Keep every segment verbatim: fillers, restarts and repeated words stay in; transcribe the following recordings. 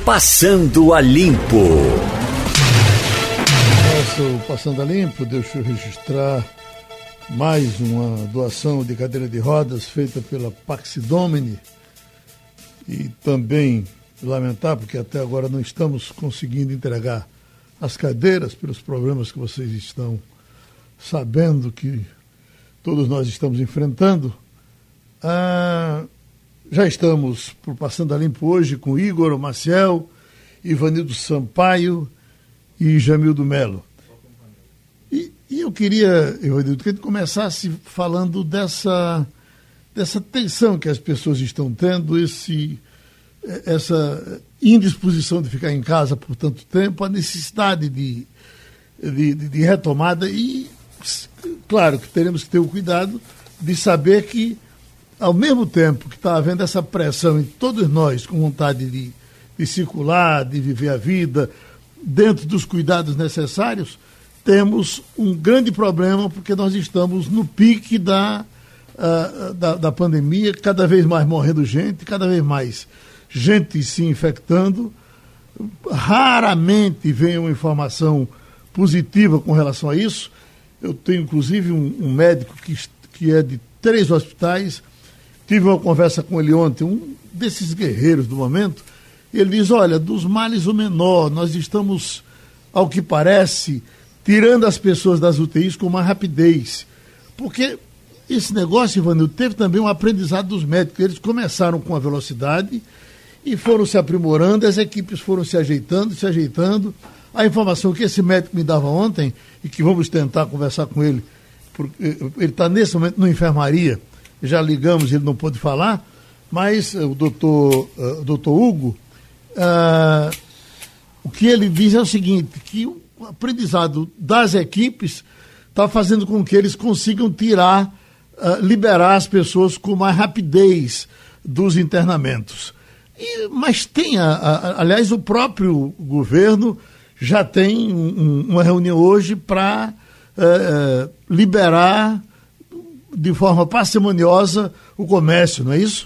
Passando a Limpo. Nosso Passando a Limpo, deixa eu registrar mais uma doação de cadeira de rodas feita pela Pax Domini e também lamentar porque até agora não estamos conseguindo entregar as cadeiras pelos problemas que vocês estão sabendo que todos nós estamos enfrentando. Ah, já estamos por Passando a Limpo hoje com Igor Maciel, Ivanildo Sampaio e Jamildo Melo. E, e eu queria, Ivanildo, que a gente começasse falando dessa, dessa tensão que as pessoas estão tendo, esse, essa indisposição de ficar em casa por tanto tempo, a necessidade de, de, de retomada e, claro, que teremos que ter o cuidado de saber que, ao mesmo tempo que está havendo essa pressão em todos nós, com vontade de, de circular, de viver a vida, dentro dos cuidados necessários, temos um grande problema, porque nós estamos no pique da, uh, da, da pandemia, cada vez mais morrendo gente, cada vez mais gente se infectando. Raramente vem uma informação positiva com relação a isso. Eu tenho, inclusive, um, um médico que, que é de três hospitais. Tive uma conversa com ele ontem, um desses guerreiros do momento, e ele diz, olha, dos males o menor, nós estamos, ao que parece, tirando as pessoas das U T Is com uma rapidez. Porque esse negócio, Ivanildo, teve também um aprendizado dos médicos. Eles começaram com a velocidade e foram se aprimorando, as equipes foram se ajeitando, se ajeitando. A informação que esse médico me dava ontem, e que vamos tentar conversar com ele, porque ele está nesse momento na enfermaria, já ligamos, ele não pôde falar, mas o doutor, uh, doutor Hugo, uh, o que ele diz é o seguinte, que o aprendizado das equipes está fazendo com que eles consigam tirar, uh, liberar as pessoas com mais rapidez dos internamentos. E, mas tem, a, a, aliás, o próprio governo já tem um, uma reunião hoje para uh, uh, liberar de forma parcimoniosa o comércio, não é isso?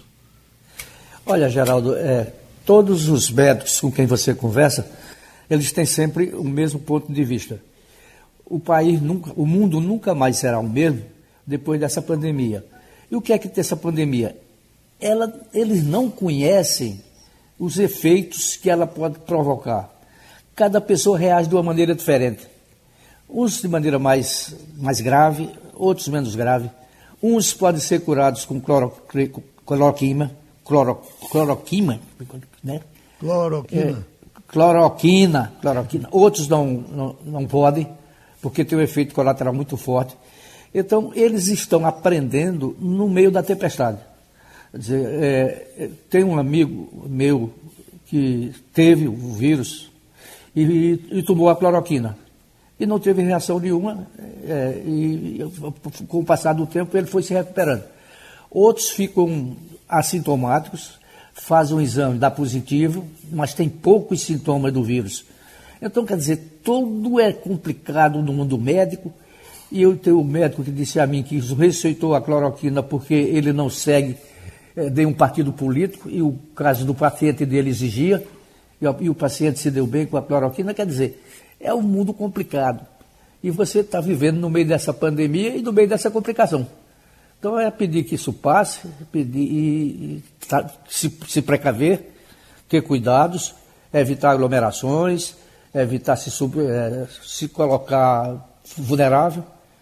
Olha, Geraldo, é, todos os médicos com quem você conversa, eles têm sempre o mesmo ponto de vista. O país nunca, o mundo nunca mais será o mesmo depois dessa pandemia. E o que é que tem essa pandemia? Ela, eles não conhecem os efeitos que ela pode provocar. Cada pessoa reage de uma maneira diferente. Uns de maneira mais, mais grave, outros menos grave. Uns podem ser curados com cloro, cloroquina, cloro, cloroquina, né? Cloroquina. É, cloroquina, cloroquina. Outros não, não, não podem, porque tem um efeito colateral muito forte. Então, eles estão aprendendo no meio da tempestade. Quer dizer, é, tem um amigo meu que teve o vírus e, e, e tomou a cloroquina. E não teve reação nenhuma, é, e, e com o passar do tempo ele foi se recuperando. Outros ficam assintomáticos, fazem um exame, dá positivo, mas tem poucos sintomas do vírus. Então, quer dizer, tudo é complicado no mundo médico, e eu tenho um médico que disse a mim que receitou a cloroquina porque ele não segue é, de um partido político, e o caso do paciente dele exigia, e o, e o paciente se deu bem com a cloroquina. Quer dizer, é um mundo complicado. E você está vivendo no meio dessa pandemia e no meio dessa complicação. Então é pedir que isso passe, pedir e, e tá, se, se precaver, ter cuidados, evitar aglomerações, evitar se, sub, é, se colocar vulnerável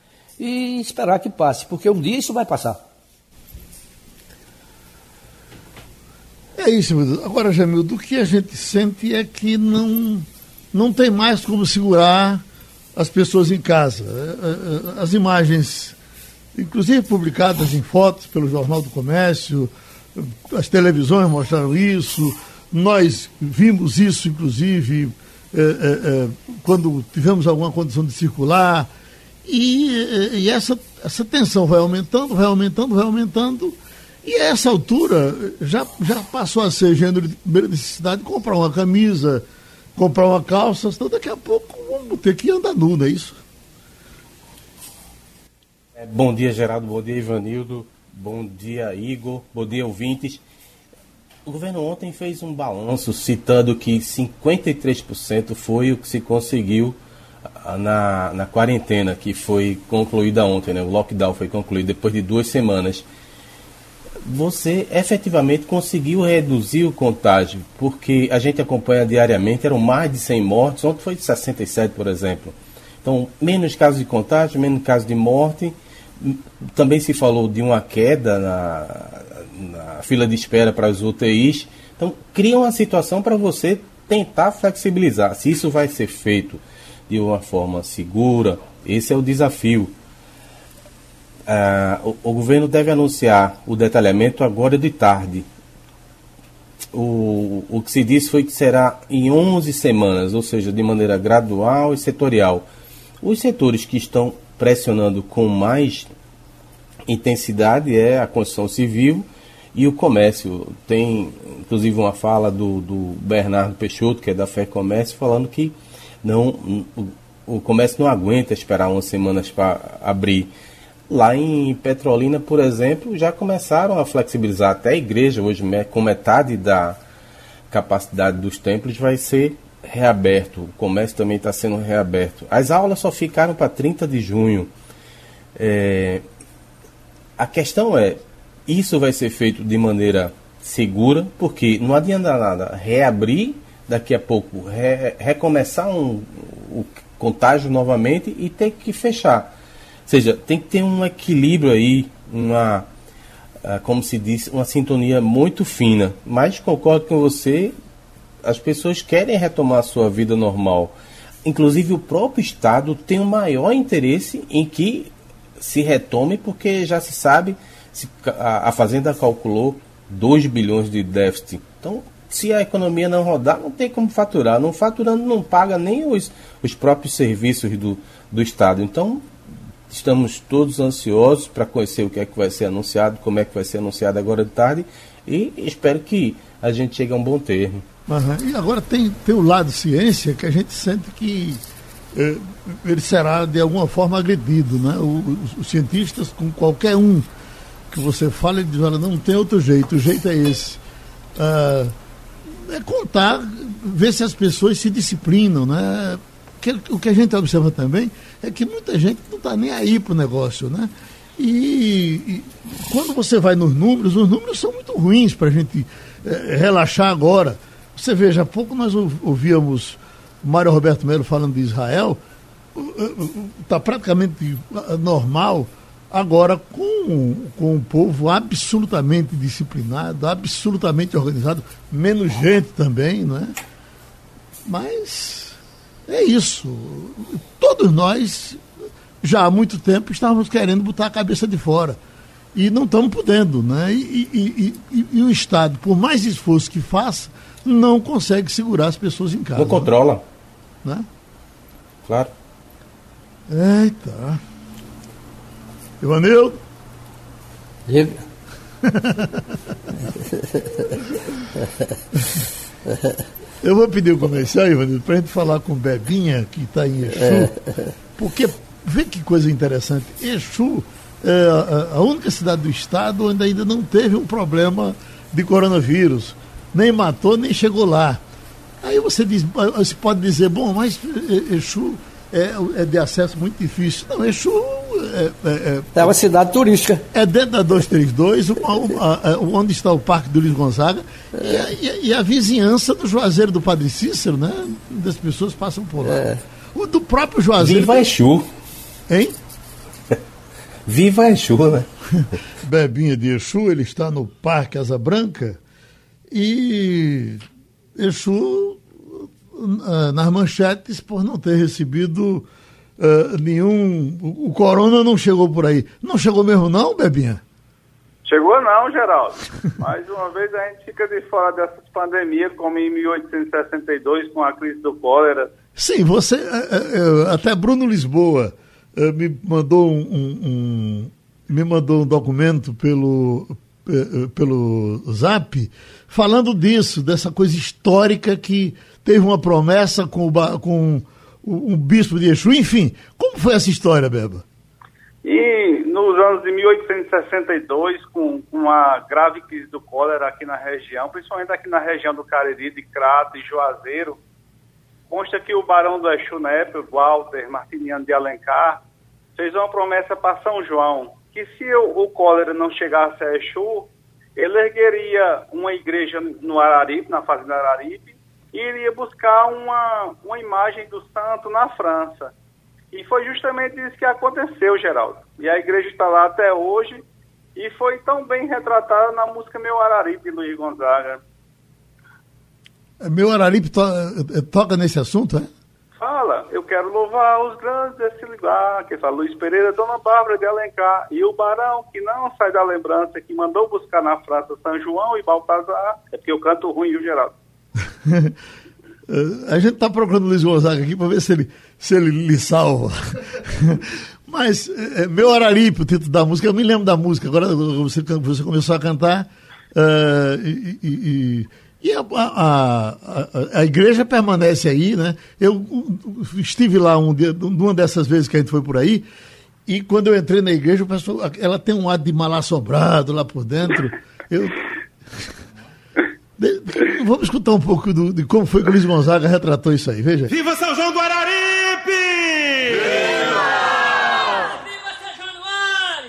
e esperar que passe, porque um dia isso vai passar. É isso, meu Deus. Agora, Jamildo, o que a gente sente é que não... não tem mais como segurar as pessoas em casa. As imagens, inclusive publicadas em fotos pelo Jornal do Comércio, as televisões mostraram isso, nós vimos isso, inclusive, é, é, quando tivemos alguma condição de circular, e, e essa, essa tensão vai aumentando, vai aumentando, vai aumentando, e a essa altura já, já passou a ser gênero de primeira necessidade de comprar uma camisa, comprar uma calça, então daqui a pouco vamos ter que andar nu, não é isso? É, bom dia, Geraldo, bom dia, Ivanildo, bom dia, Igor, bom dia, ouvintes. O governo ontem fez um balanço citando que cinquenta e três por cento foi o que se conseguiu na, na quarentena, que foi concluída ontem, né? O lockdown foi concluído depois de duas semanas. Você efetivamente conseguiu reduzir o contágio, porque a gente acompanha diariamente, eram mais de cem mortes, ontem foi de sessenta e sete, por exemplo. Então, menos casos de contágio, menos casos de morte. Também se falou de uma queda na, na fila de espera para as U T Is. Então, cria uma situação para você tentar flexibilizar. Se isso vai ser feito de uma forma segura, esse é o desafio. Ah, o, o governo deve anunciar o detalhamento agora de tarde. O, o que se disse foi que será em onze semanas, ou seja, de maneira gradual e setorial. Os setores que estão pressionando com mais intensidade é a construção civil e o comércio. Tem, inclusive, uma fala do, do Bernardo Peixoto, que é da Fé Comércio, falando que não, o, o comércio não aguenta esperar umas semanas para abrir. Lá em Petrolina, por exemplo, já começaram a flexibilizar. Até a igreja, hoje, com metade da capacidade dos templos, vai ser reaberto. O comércio também está sendo reaberto. As aulas só ficaram para trinta de junho. É, a questão é, isso vai ser feito de maneira segura, porque não adianta nada reabrir, daqui a pouco re, recomeçar um, o contágio novamente e ter que fechar. Ou seja, tem que ter um equilíbrio aí, uma, como se diz, uma sintonia muito fina. Mas concordo com você, as pessoas querem retomar a sua vida normal. Inclusive o próprio Estado tem o maior interesse em que se retome, porque já se sabe, se a, a Fazenda calculou dois bilhões de déficit. Então, se a economia não rodar, não tem como faturar. Não faturando, não paga nem os, os próprios serviços do, do Estado. Então, estamos todos ansiosos para conhecer o que é que vai ser anunciado, como é que vai ser anunciado agora de tarde, e espero que a gente chegue a um bom termo. Uhum. E agora tem, tem o lado ciência, que a gente sente que eh, ele será de alguma forma agredido, né? O, os, os cientistas, com qualquer um que você fala, ele diz, olha, não tem outro jeito, o jeito é esse. Ah, é contar, ver se as pessoas se disciplinam, né? O que a gente observa também é que muita gente não está nem aí para o negócio, né? E, e quando você vai nos números, os números são muito ruins para a gente é, relaxar agora. Você veja, há pouco nós ouvíamos o Mário Roberto Melo falando de Israel, está praticamente normal agora com, com um povo absolutamente disciplinado, absolutamente organizado, menos gente também, não é? Mas é isso. Todos nós, já há muito tempo, estávamos querendo botar a cabeça de fora. E não estamos podendo, né? E, e, e, e, e o Estado, por mais esforço que faça, não consegue segurar as pessoas em casa. Não controla. Né? Claro. Eita. Ivanildo? Diga. Eu vou pedir o comercial, Ivanildo, para a gente falar com o Bebinha, que está em Exu, é. Porque, vê que coisa interessante, Exu é a, a única cidade do estado onde ainda não teve um problema de coronavírus, nem matou, nem chegou lá. Aí você, diz, você pode dizer, bom, mas Exu é, é de acesso muito difícil. Não, Exu é, é, é uma cidade turística. É dentro da duzentos e trinta e dois, uma, uma, onde está o Parque do Luiz Gonzaga, é. e, a, e, a, e a vizinhança do Juazeiro do Padre Cícero, né? Das pessoas passam por lá. É. O do próprio Juazeiro. Viva Exu! Hein? Viva Exu, né? Bebinha de Exu, ele está no Parque Asa Branca e Exu nas manchetes por não ter recebido uh, nenhum... O, o corona não chegou por aí. Não chegou mesmo não, Bebinha? Chegou não, Geraldo. Mais uma vez a gente fica de fora dessas pandemias, como em mil oitocentos e sessenta e dois, com a crise do cólera. Sim, você... Uh, uh, até Bruno Lisboa uh, me mandou um, um, um, me mandou um documento pelo, uh, pelo Zap falando disso, dessa coisa histórica que teve uma promessa com, o, com o, o bispo de Exu, enfim. Como foi essa história, Beba? E nos anos de mil oitocentos e sessenta e dois, com, com uma grave crise do cólera aqui na região, principalmente aqui na região do Cariri, de Crato e Juazeiro, consta que o barão do Exu, na época, Walter Martiniano de Alencar, fez uma promessa para São João, que se o, o cólera não chegasse a Exu, ele ergueria uma igreja no Araripe, na fazenda Araripe, e iria buscar uma, uma imagem do santo na França. E foi justamente isso que aconteceu, Geraldo. E a igreja está lá até hoje e foi tão bem retratada na música Meu Araripe, de Luiz Gonzaga. Meu Araripe to toca nesse assunto, é? Fala, eu quero louvar os grandes desse lugar, que fala Luiz Pereira, Dona Bárbara de Alencar, e o barão que não sai da lembrança, que mandou buscar na França São João e Baltazar, é porque eu canto ruim, viu, Geraldo? A gente está procurando o Luiz Gonzaga aqui para ver se ele, se ele lhe salva. Mas, é, Meu Araripe, o título da música, eu me lembro da música, agora você, você começou a cantar, uh, e, e, e a, a, a, a igreja permanece aí, né? Eu estive lá um dia, uma dessas vezes que a gente foi por aí, e quando eu entrei na igreja, o pessoal, ela tem um ar de mal assombrado lá por dentro. Eu... Vamos escutar um pouco do, de como foi que o Luiz Gonzaga retratou isso aí, veja. Viva São João do Araripe! Viva! Viva São Januário!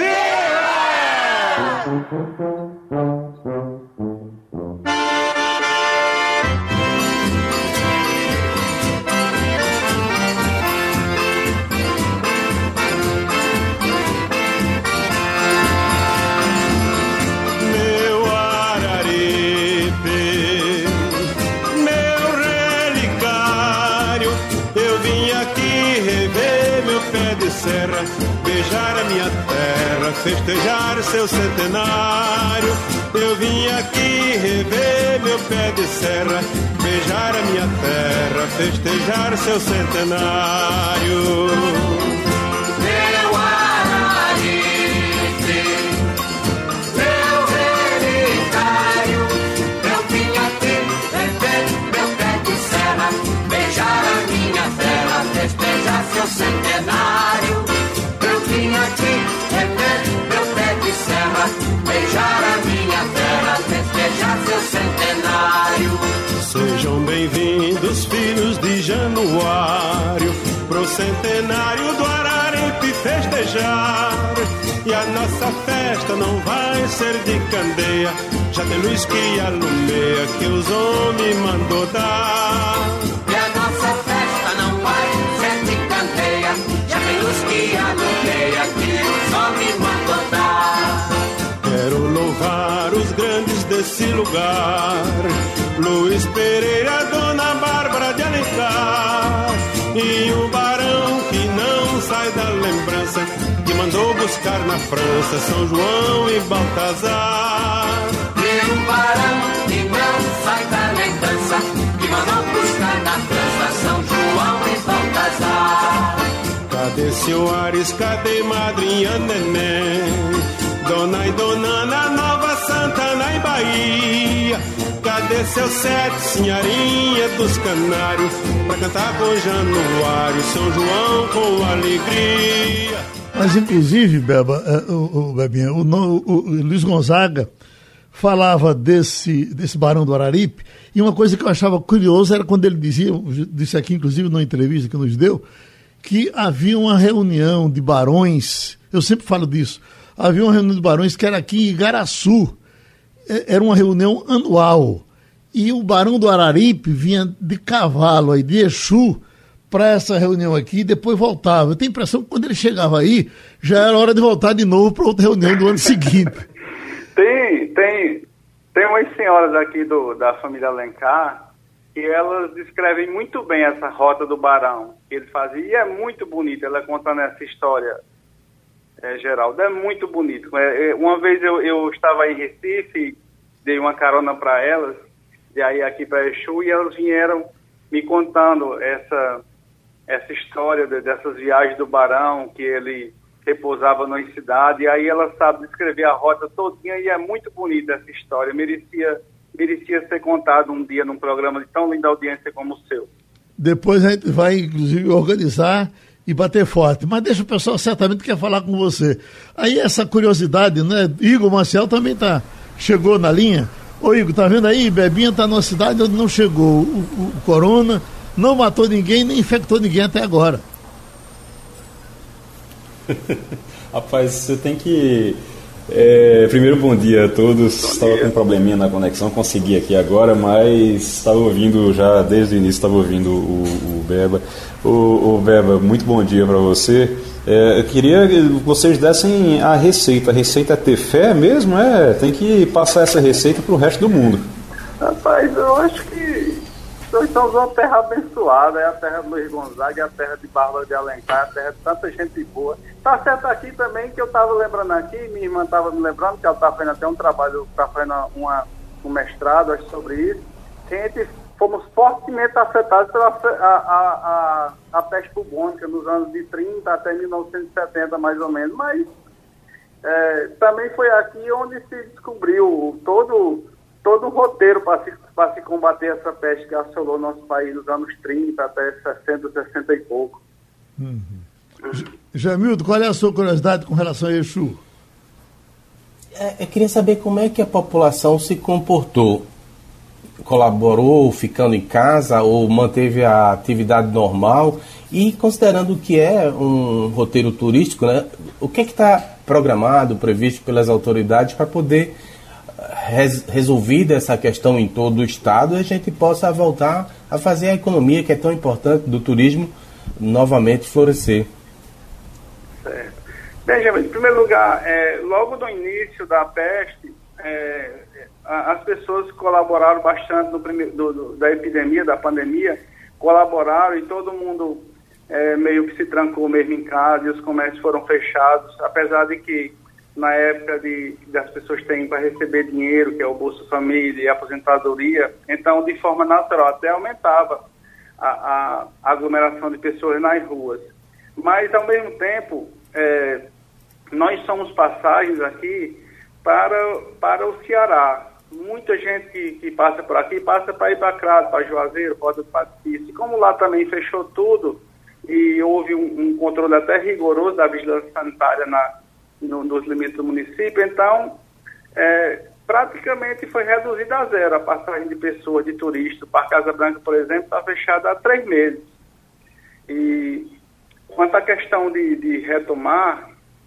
Serra, beijar a minha terra, festejar seu centenário. Eu vim aqui rever meu pé de serra, beijar a minha terra, festejar seu centenário. Meu Araripe, meu relicário, eu vim aqui rever meu pé de serra, beijar a minha terra, festejar seu centenário. Aqui, rever meu pé de serra, beijar a minha terra, festejar seu centenário. Sejam bem-vindos, filhos de Januário, pro centenário do Araripe festejar. E a nossa festa não vai ser de candeia, já tem luz que alumeia, que os homens mandou dar. E a nossa festa não vai ser de candeia, já tem luz que alumeia, que os homens mandou dar. Quero louvar os grandes desse lugar, Luiz Pereira, Dona Bárbara de Alencar, e o barão que não sai da lembrança, que mandou buscar na França São João e Baltazar. E o barão que não sai da lembrança, que mandou buscar na França São João e Baltazar. Cadê seu Ares, cadê madrinha Neném, Dona e Dona na Nova Santana e Bahia? Cadê seu sete, senhorinha dos canários, pra cantar com Januário, São João com alegria? Mas, inclusive, Beba, o, o, Bebinha, o, o, o Luiz Gonzaga falava desse, desse barão do Araripe, e uma coisa que eu achava curiosa era quando ele dizia, disse aqui, inclusive, numa entrevista que nos deu, que havia uma reunião de barões, eu sempre falo disso, havia uma reunião de barões que era aqui em Igaraçu, era uma reunião anual, e o barão do Araripe vinha de cavalo aí, de Exu, para essa reunião aqui e depois voltava. Eu tenho a impressão que quando ele chegava aí, já era hora de voltar de novo para outra reunião do ano seguinte. Tem, tem, tem umas senhoras aqui do, da família Alencar que elas descrevem muito bem essa rota do barão que ele fazia, e é muito bonito ela contando essa história, é, Geraldo, é muito bonito. É, é, uma vez eu, eu estava em Recife, dei uma carona para elas, e aí aqui para Exu, e elas vieram me contando essa, essa história de, dessas viagens do barão, que ele repousava na cidade, e aí ela sabe descrever a rota todinha, e é muito bonita essa história, merecia, merecia ser contado um dia num programa de tão linda audiência como o seu. Depois a gente vai, inclusive, organizar e bater forte. Mas deixa o pessoal, certamente quer falar com você. Aí essa curiosidade, né? Igor Maciel também tá, chegou na linha. Ô Igor, tá vendo aí? Bebinha tá numa cidade onde não chegou o, o, o corona, não matou ninguém, nem infectou ninguém até agora. Rapaz, você tem que... É, primeiro, bom dia a todos. Estava com um probleminha na conexão, consegui aqui agora, mas estava ouvindo já desde o início, estava ouvindo o, o Beba. O, o Beba, muito bom dia para você. É, eu queria que vocês dessem a receita. A receita é ter fé mesmo? É, tem que passar essa receita para o resto do mundo. Rapaz, eu acho que nós somos uma terra abençoada, é a terra de Luiz Gonzaga, é a terra de Bárbara de Alencar, é a terra de tanta gente boa. Tá certo aqui também que eu estava lembrando aqui, minha irmã estava me lembrando que ela está fazendo até um trabalho, está fazendo uma, um mestrado acho, sobre isso, que a gente fomos fortemente afetados pela a, a, a, a peste bubônica nos anos de trinta até mil novecentos e setenta mais ou menos, mas é, também foi aqui onde se descobriu todo, todo o roteiro para se, para se combater essa peste que assolou nosso país nos anos trinta até sessenta, sessenta e pouco. Uhum. Jamildo, qual é a sua curiosidade com relação a Exu? É, eu queria saber como é que a população se comportou. Colaborou ficando em casa ou manteve a atividade normal? E considerando que é um roteiro turístico, né, o que é que está programado, previsto pelas autoridades para poder res, resolvida essa questão em todo o estado e a gente possa voltar a fazer a economia que é tão importante do turismo novamente florescer? Certo. Bem, em primeiro lugar, é, logo no início da peste, é, a, as pessoas colaboraram bastante no primeiro, do, do, da epidemia, da pandemia, colaboraram e todo mundo é, meio que se trancou mesmo em casa e os comércios foram fechados, apesar de que na época de, das pessoas têm para receber dinheiro, que é o Bolsa Família e a aposentadoria, então de forma natural até aumentava a, a, a aglomeração de pessoas nas ruas. Mas, ao mesmo tempo, é, nós somos passagens aqui para, para o Ceará. Muita gente que, que passa por aqui passa para ir para Crato, para Juazeiro, para o Patrício. E como lá também fechou tudo e houve um, um controle até rigoroso da vigilância sanitária na, no, nos limites do município, então, é, praticamente foi reduzida a zero a passagem de pessoas, de turistas. O Parque Casa Branca, por exemplo, está fechado há três meses. E quanto à questão de, de retomar,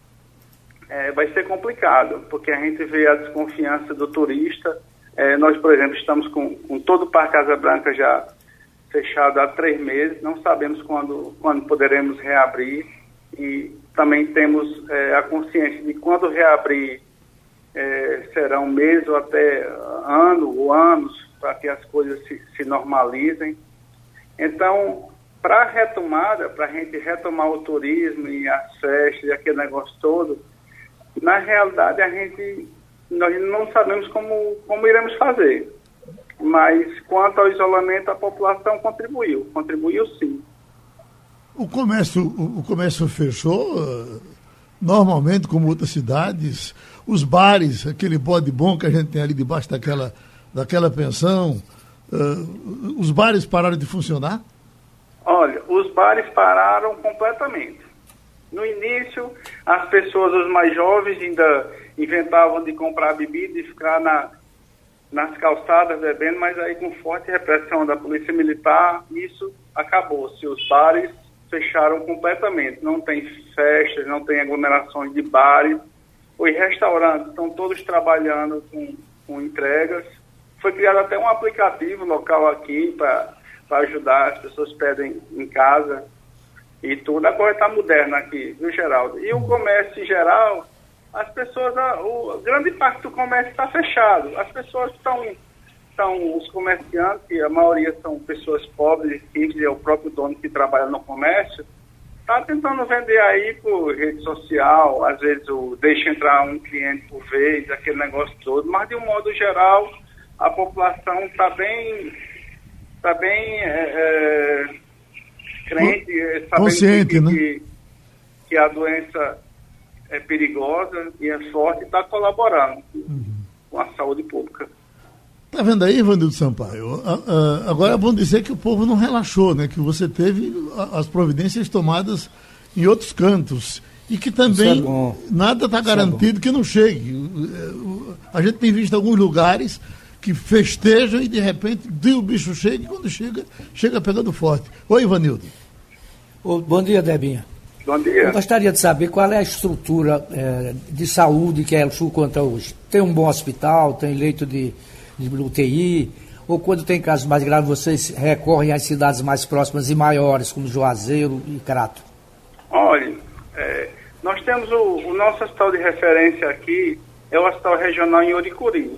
é, vai ser complicado, porque a gente vê a desconfiança do turista. É, nós, por exemplo, estamos com, com todo o Parque Casa Branca já fechado há três meses, não sabemos quando, quando poderemos reabrir e também temos é, a consciência de quando reabrir é, serão meses ou até ano ou anos para que as coisas se, se normalizem. Então, para a retomada, para a gente retomar o turismo e as festas e aquele negócio todo, na realidade a gente, nós não sabemos como, como iremos fazer. Mas quanto ao isolamento, a população contribuiu, contribuiu sim. O comércio, o, o comércio fechou, uh, normalmente como outras cidades, os bares, aquele bode bom que a gente tem ali debaixo daquela, daquela pensão, uh, os bares pararam de funcionar? Olha, os bares pararam completamente. No início, as pessoas, os mais jovens, ainda inventavam de comprar bebida e ficar na, nas calçadas bebendo, mas aí com forte repressão da Polícia Militar, isso acabou-se. Os bares fecharam completamente. Não tem festas, não tem aglomerações de bares. Os restaurantes estão todos trabalhando com, com entregas. Foi criado até um aplicativo local aqui para para ajudar, as pessoas pedem em casa e tudo. A coisa está moderna aqui, viu, Geraldo? E o comércio em geral, as pessoas, a, o, a grande parte do comércio está fechado. As pessoas estão, estão, os comerciantes, que a maioria são pessoas pobres e simples, é o próprio dono que trabalha no comércio, está tentando vender aí por rede social, às vezes o deixa entrar um cliente por vez, aquele negócio todo, mas de um modo geral, a população está bem... está bem é, é, crente, sabendo consciente, que, né? que, que a doença é perigosa e é forte e está colaborando uhum. com a saúde pública. Tá vendo aí, Ivanildo Sampaio? Agora é bom dizer que o povo não relaxou, né? Que você teve as providências tomadas em outros cantos. E que também é nada está garantido é que não chegue. A gente tem visto alguns lugares que festejam e de repente o bicho chega e quando chega, chega pegando forte. Oi, Ivanildo. Oh, bom dia, Debinha. Bom dia. Eu gostaria de saber qual é a estrutura é, de saúde que a El Sul conta hoje. Tem um bom hospital, tem leito de, de U T I, ou quando tem casos mais graves, vocês recorrem às cidades mais próximas e maiores, como Juazeiro e Crato? Olha, é, nós temos o, o nosso hospital de referência aqui, é o Hospital Regional em Oricuri.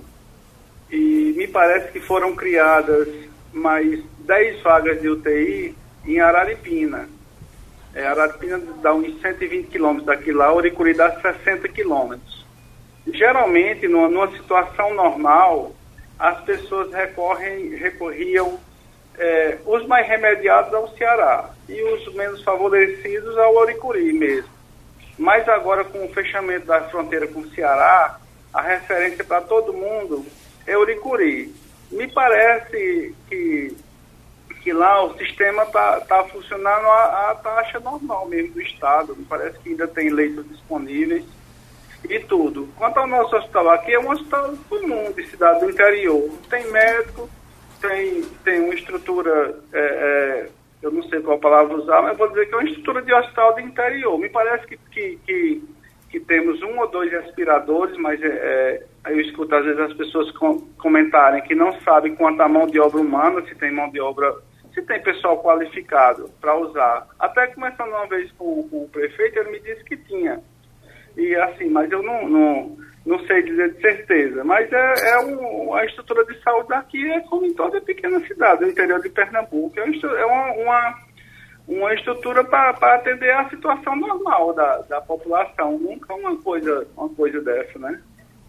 E me parece que foram criadas mais dez vagas de U T I em Araripina. É, Araripina dá uns cento e vinte quilômetros daqui lá, Oricuri dá sessenta quilômetros. Geralmente, numa, numa situação normal, as pessoas recorrem, recorriam, é, os mais remediados ao Ceará e os menos favorecidos ao Oricuri mesmo. Mas agora, com o fechamento da fronteira com o Ceará, a referência para todo mundo é Oricuri. Me parece que, que lá o sistema está tá funcionando a, a taxa normal mesmo do Estado. Me parece que ainda tem leitos disponíveis e tudo. Quanto ao nosso hospital aqui, é um hospital comum de cidade do interior. Tem médico, tem, tem uma estrutura, é, é, eu não sei qual palavra usar, mas vou dizer que é uma estrutura de hospital de interior. Me parece que, que, que, que temos um ou dois respiradores, mas é, é, eu escuto às vezes as pessoas com, comentarem que não sabem quanto a mão de obra humana, se tem mão de obra, se tem pessoal qualificado para usar. Até começando uma vez com, com o prefeito, ele me disse que tinha. E assim, mas eu não, não, não sei dizer de certeza. Mas é, é um, a estrutura de saúde daqui é como em toda pequena cidade, no interior de Pernambuco. É uma, uma, uma estrutura para atender a situação normal da, da população. Nunca uma coisa, uma coisa dessa, né?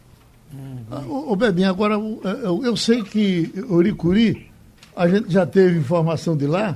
Ô, Bebinho, agora eu, eu sei que Oricuri, a gente já teve informação de lá,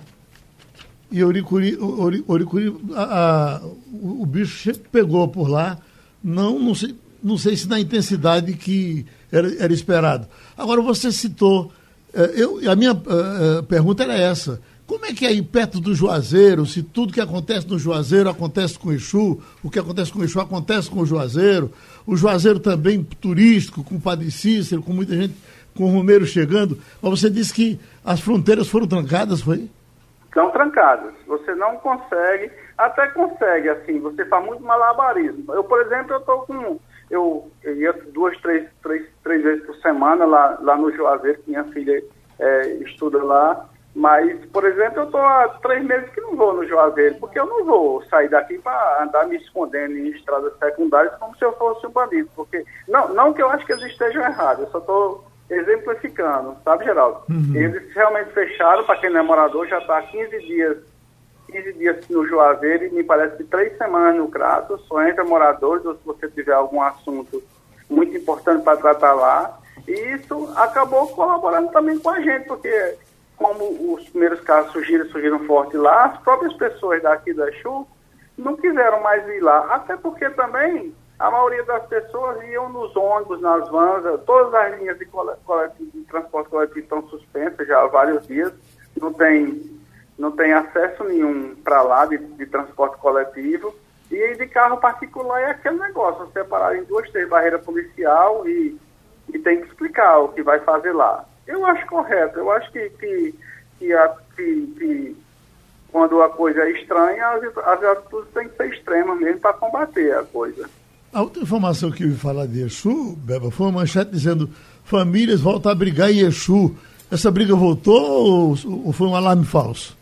e Oricuri, Oricuri a, a, o, o bicho pegou por lá, não, não, sei, não sei se na intensidade que era, era esperado. Agora, você citou, eu, a minha uh, pergunta era essa, como é que é aí perto do Juazeiro, se tudo que acontece no Juazeiro acontece com o Exu, o que acontece com o Exu acontece com o Juazeiro, o Juazeiro também turístico, com o Padre Cícero, com muita gente, com o Romeiro chegando, mas você disse que as fronteiras foram trancadas, foi? Estão trancadas, você não consegue, até consegue, assim, você faz muito malabarismo. Eu, por exemplo, eu estou com, eu, eu ia duas, três, três, três vezes por semana lá, lá no Juazeiro, que minha filha é, estuda lá, mas, por exemplo, eu estou há três meses que não vou no Juazeiro, porque eu não vou sair daqui para andar me escondendo em estradas secundárias como se eu fosse um bandido, porque, não, não que eu acho que eles estejam errados, eu só estou exemplificando, sabe, Geraldo? Uhum. Eles realmente fecharam, para quem não é morador, já está há quinze dias, quinze dias no Juazeiro, e me parece que três semanas no Crato, só entra moradores, ou se você tiver algum assunto muito importante para tratar lá, e isso acabou colaborando também com a gente, porque como os primeiros casos surgiram, surgiram forte lá, as próprias pessoas daqui da Exu não quiseram mais ir lá, até porque também a maioria das pessoas iam nos ônibus, nas vans, todas as linhas de, coletivo, de transporte coletivo estão suspensas já há vários dias, não tem, não tem acesso nenhum para lá de, de transporte coletivo, e de carro particular é aquele negócio, separar em duas, três barreiras policial e, e tem que explicar o que vai fazer lá. Eu acho correto, eu acho que, que, que, a, que, que quando a coisa é estranha, as, as atitudes têm que ser extremas mesmo para combater a coisa. A outra informação que eu ouvi falar de Exu, Beba, foi uma manchete dizendo famílias voltam a brigar em Exu. Essa briga voltou ou, ou foi um alarme falso?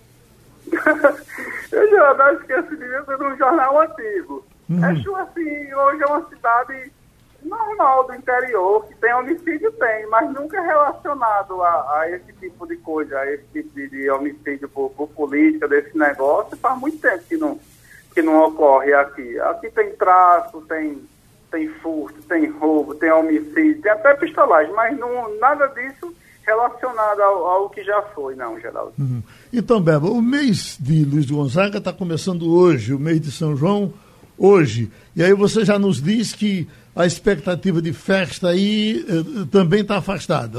Eu já não esqueci de ver num jornal antigo. Uhum. Exu, assim, hoje é uma cidade normal do interior, que tem homicídio, tem, mas nunca relacionado a, a esse tipo de coisa, a esse tipo de, de homicídio por, por política, desse negócio, faz muito tempo que não, que não ocorre aqui. Aqui tem tráfico, tem, tem furto, tem roubo, tem homicídio, tem até pistolagem, mas não, nada disso relacionado ao, ao que já foi, não, Geraldo. Uhum. Então, Beba, o mês de Luiz Gonzaga está começando hoje, o mês de São João, hoje. E aí você já nos diz que a expectativa de festa aí eh, também está afastada. Não,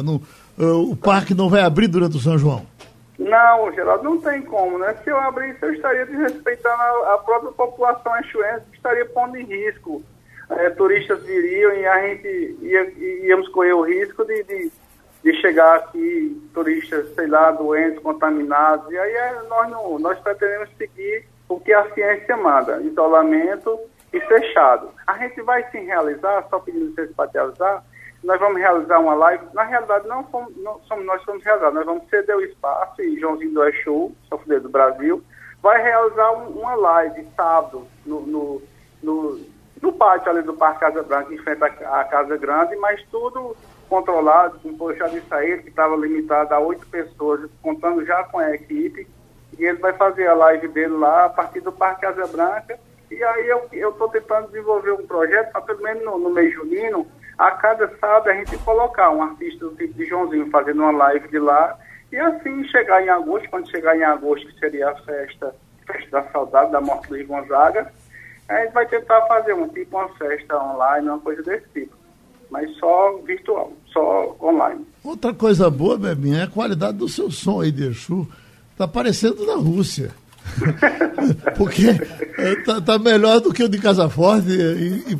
uh, o parque não vai abrir durante o São João? Não, Geraldo, não tem como, né? Se eu abrisse, eu estaria desrespeitando a, a própria população exuense, estaria pondo em risco. É, turistas viriam e a gente ia, íamos correr o risco de, de, de chegar aqui turistas, sei lá, doentes, contaminados. E aí é, nós, não, nós pretendemos seguir o que a ciência manda, isolamento e fechado. A gente vai sim realizar, só pedindo licença para te avisar, nós vamos realizar uma live. Na realidade, não somos, não somos nós que vamos realizar, nós vamos ceder o espaço e Joãozinho do Exu, Sofredeiro do Brasil, vai realizar um, uma live sábado no, no, no, no pátio ali do Parque Casa Branca, em frente à Casa Grande, mas tudo controlado, com poxa de sair, que estava limitado a oito pessoas, contando já com a equipe, e ele vai fazer a live dele lá a partir do Parque Casa Branca. E aí eu estou tentando desenvolver um projeto, para pelo menos no, no mês junino, a cada sábado a gente colocar um artista do tipo de Joãozinho fazendo uma live de lá, e assim chegar em agosto, quando chegar em agosto, que seria a festa, festa da saudade, da morte do Luiz Gonzaga, a gente vai tentar fazer um tipo, uma festa online, uma coisa desse tipo, mas só virtual, só online. Outra coisa boa, Bebinha, é a qualidade do seu som aí de Exu, tá parecendo da Rússia. Porque tá, tá melhor do que o de Casa Forte e,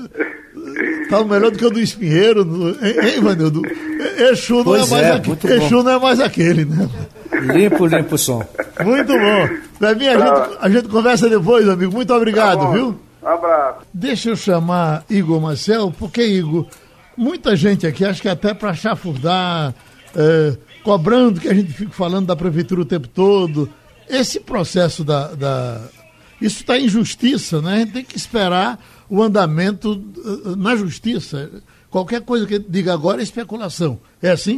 e tá melhor do que o do Espinheiro, hein, Ivanildo? Exu, não é, mais é, aqu... Exu não é mais aquele, né? Limpo, limpo o som. Muito bom. Bebinha, a, tá. gente, a gente conversa depois, amigo. Muito obrigado, tá viu? Um abraço. Deixa eu chamar Igor Marcel, porque, Igor, muita gente aqui, acho que até para chafurdar, é, cobrando que a gente fique falando da prefeitura o tempo todo. Esse processo da... da... Isso está em justiça, né? A gente tem que esperar o andamento uh, na justiça. Qualquer coisa que diga agora é especulação. É assim?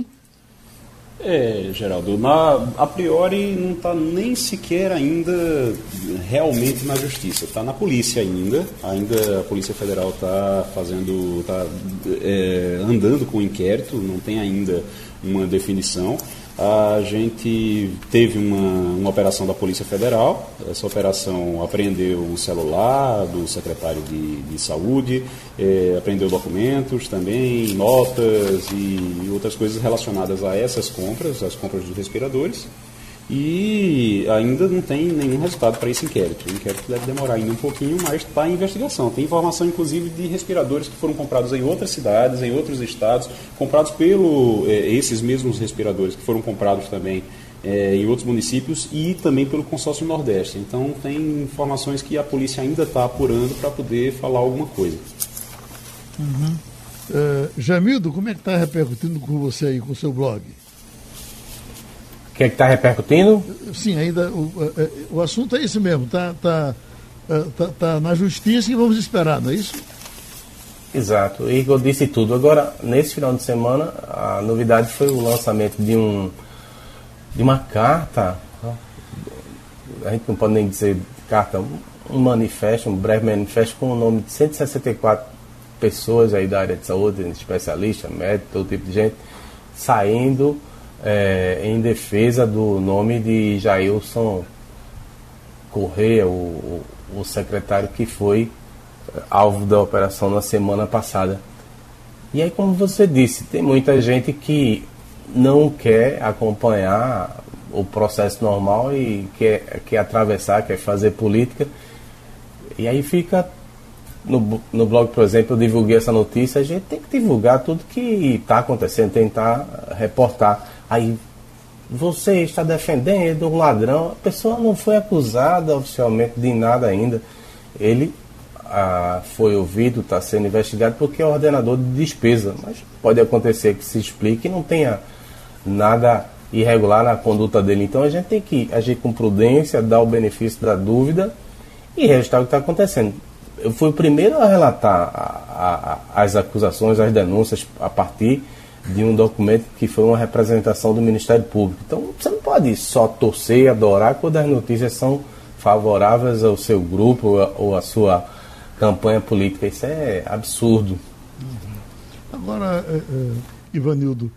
É, Geraldo, na, a priori não está nem sequer ainda realmente na justiça, está na polícia ainda, ainda a Polícia Federal está fazendo, está é, andando com o inquérito, não tem ainda uma definição. A gente teve uma, uma operação da Polícia Federal, essa operação apreendeu o celular do secretário de, de Saúde, é, apreendeu documentos também, notas e outras coisas relacionadas a essas compras, as compras dos respiradores, e ainda não tem nenhum resultado para esse inquérito. O inquérito deve demorar ainda um pouquinho, mas está em investigação. Tem informação, inclusive, de respiradores que foram comprados em outras cidades, em outros estados, comprados pelo eh, esses mesmos respiradores que foram comprados também eh, em outros municípios e também pelo consórcio Nordeste. Então, tem informações que a polícia ainda está apurando para poder falar alguma coisa. Uhum. Uh, Jamildo, como é que está repercutindo com você aí, com o seu blog? O que é que está repercutindo? Sim, ainda o, o assunto é esse mesmo, está tá, tá, tá na justiça e vamos esperar, não é isso? Exato, o Igor disse tudo. Agora, nesse final de semana, a novidade foi o lançamento de, um, de uma carta, a gente não pode nem dizer carta, um manifesto, um breve manifesto com o nome de cento e sessenta e quatro pessoas aí da área de saúde, especialistas, médicos, todo tipo de gente, saindo É, em defesa do nome de Jailson Correia, o, o secretário que foi alvo da operação na semana passada. E aí, como você disse, tem muita gente que não quer acompanhar o processo normal e quer, quer atravessar, quer fazer política. E aí fica... No, no blog, por exemplo, eu divulguei essa notícia. A gente tem que divulgar tudo que está acontecendo, tentar reportar. Aí, você está defendendo um ladrão, a pessoa não foi acusada oficialmente de nada ainda. Ele ah, foi ouvido, está sendo investigado porque é ordenador de despesa, mas pode acontecer que se explique e não tenha nada irregular na conduta dele. Então a gente tem que agir com prudência, dar o benefício da dúvida e registrar o que está acontecendo. Eu fui o primeiro a relatar a, a, as acusações, as denúncias a partir de um documento que foi uma representação do Ministério Público. Então você não pode só torcer e adorar quando as notícias são favoráveis ao seu grupo ou à sua campanha política. Isso é absurdo. Agora, é, é, Ivanildo,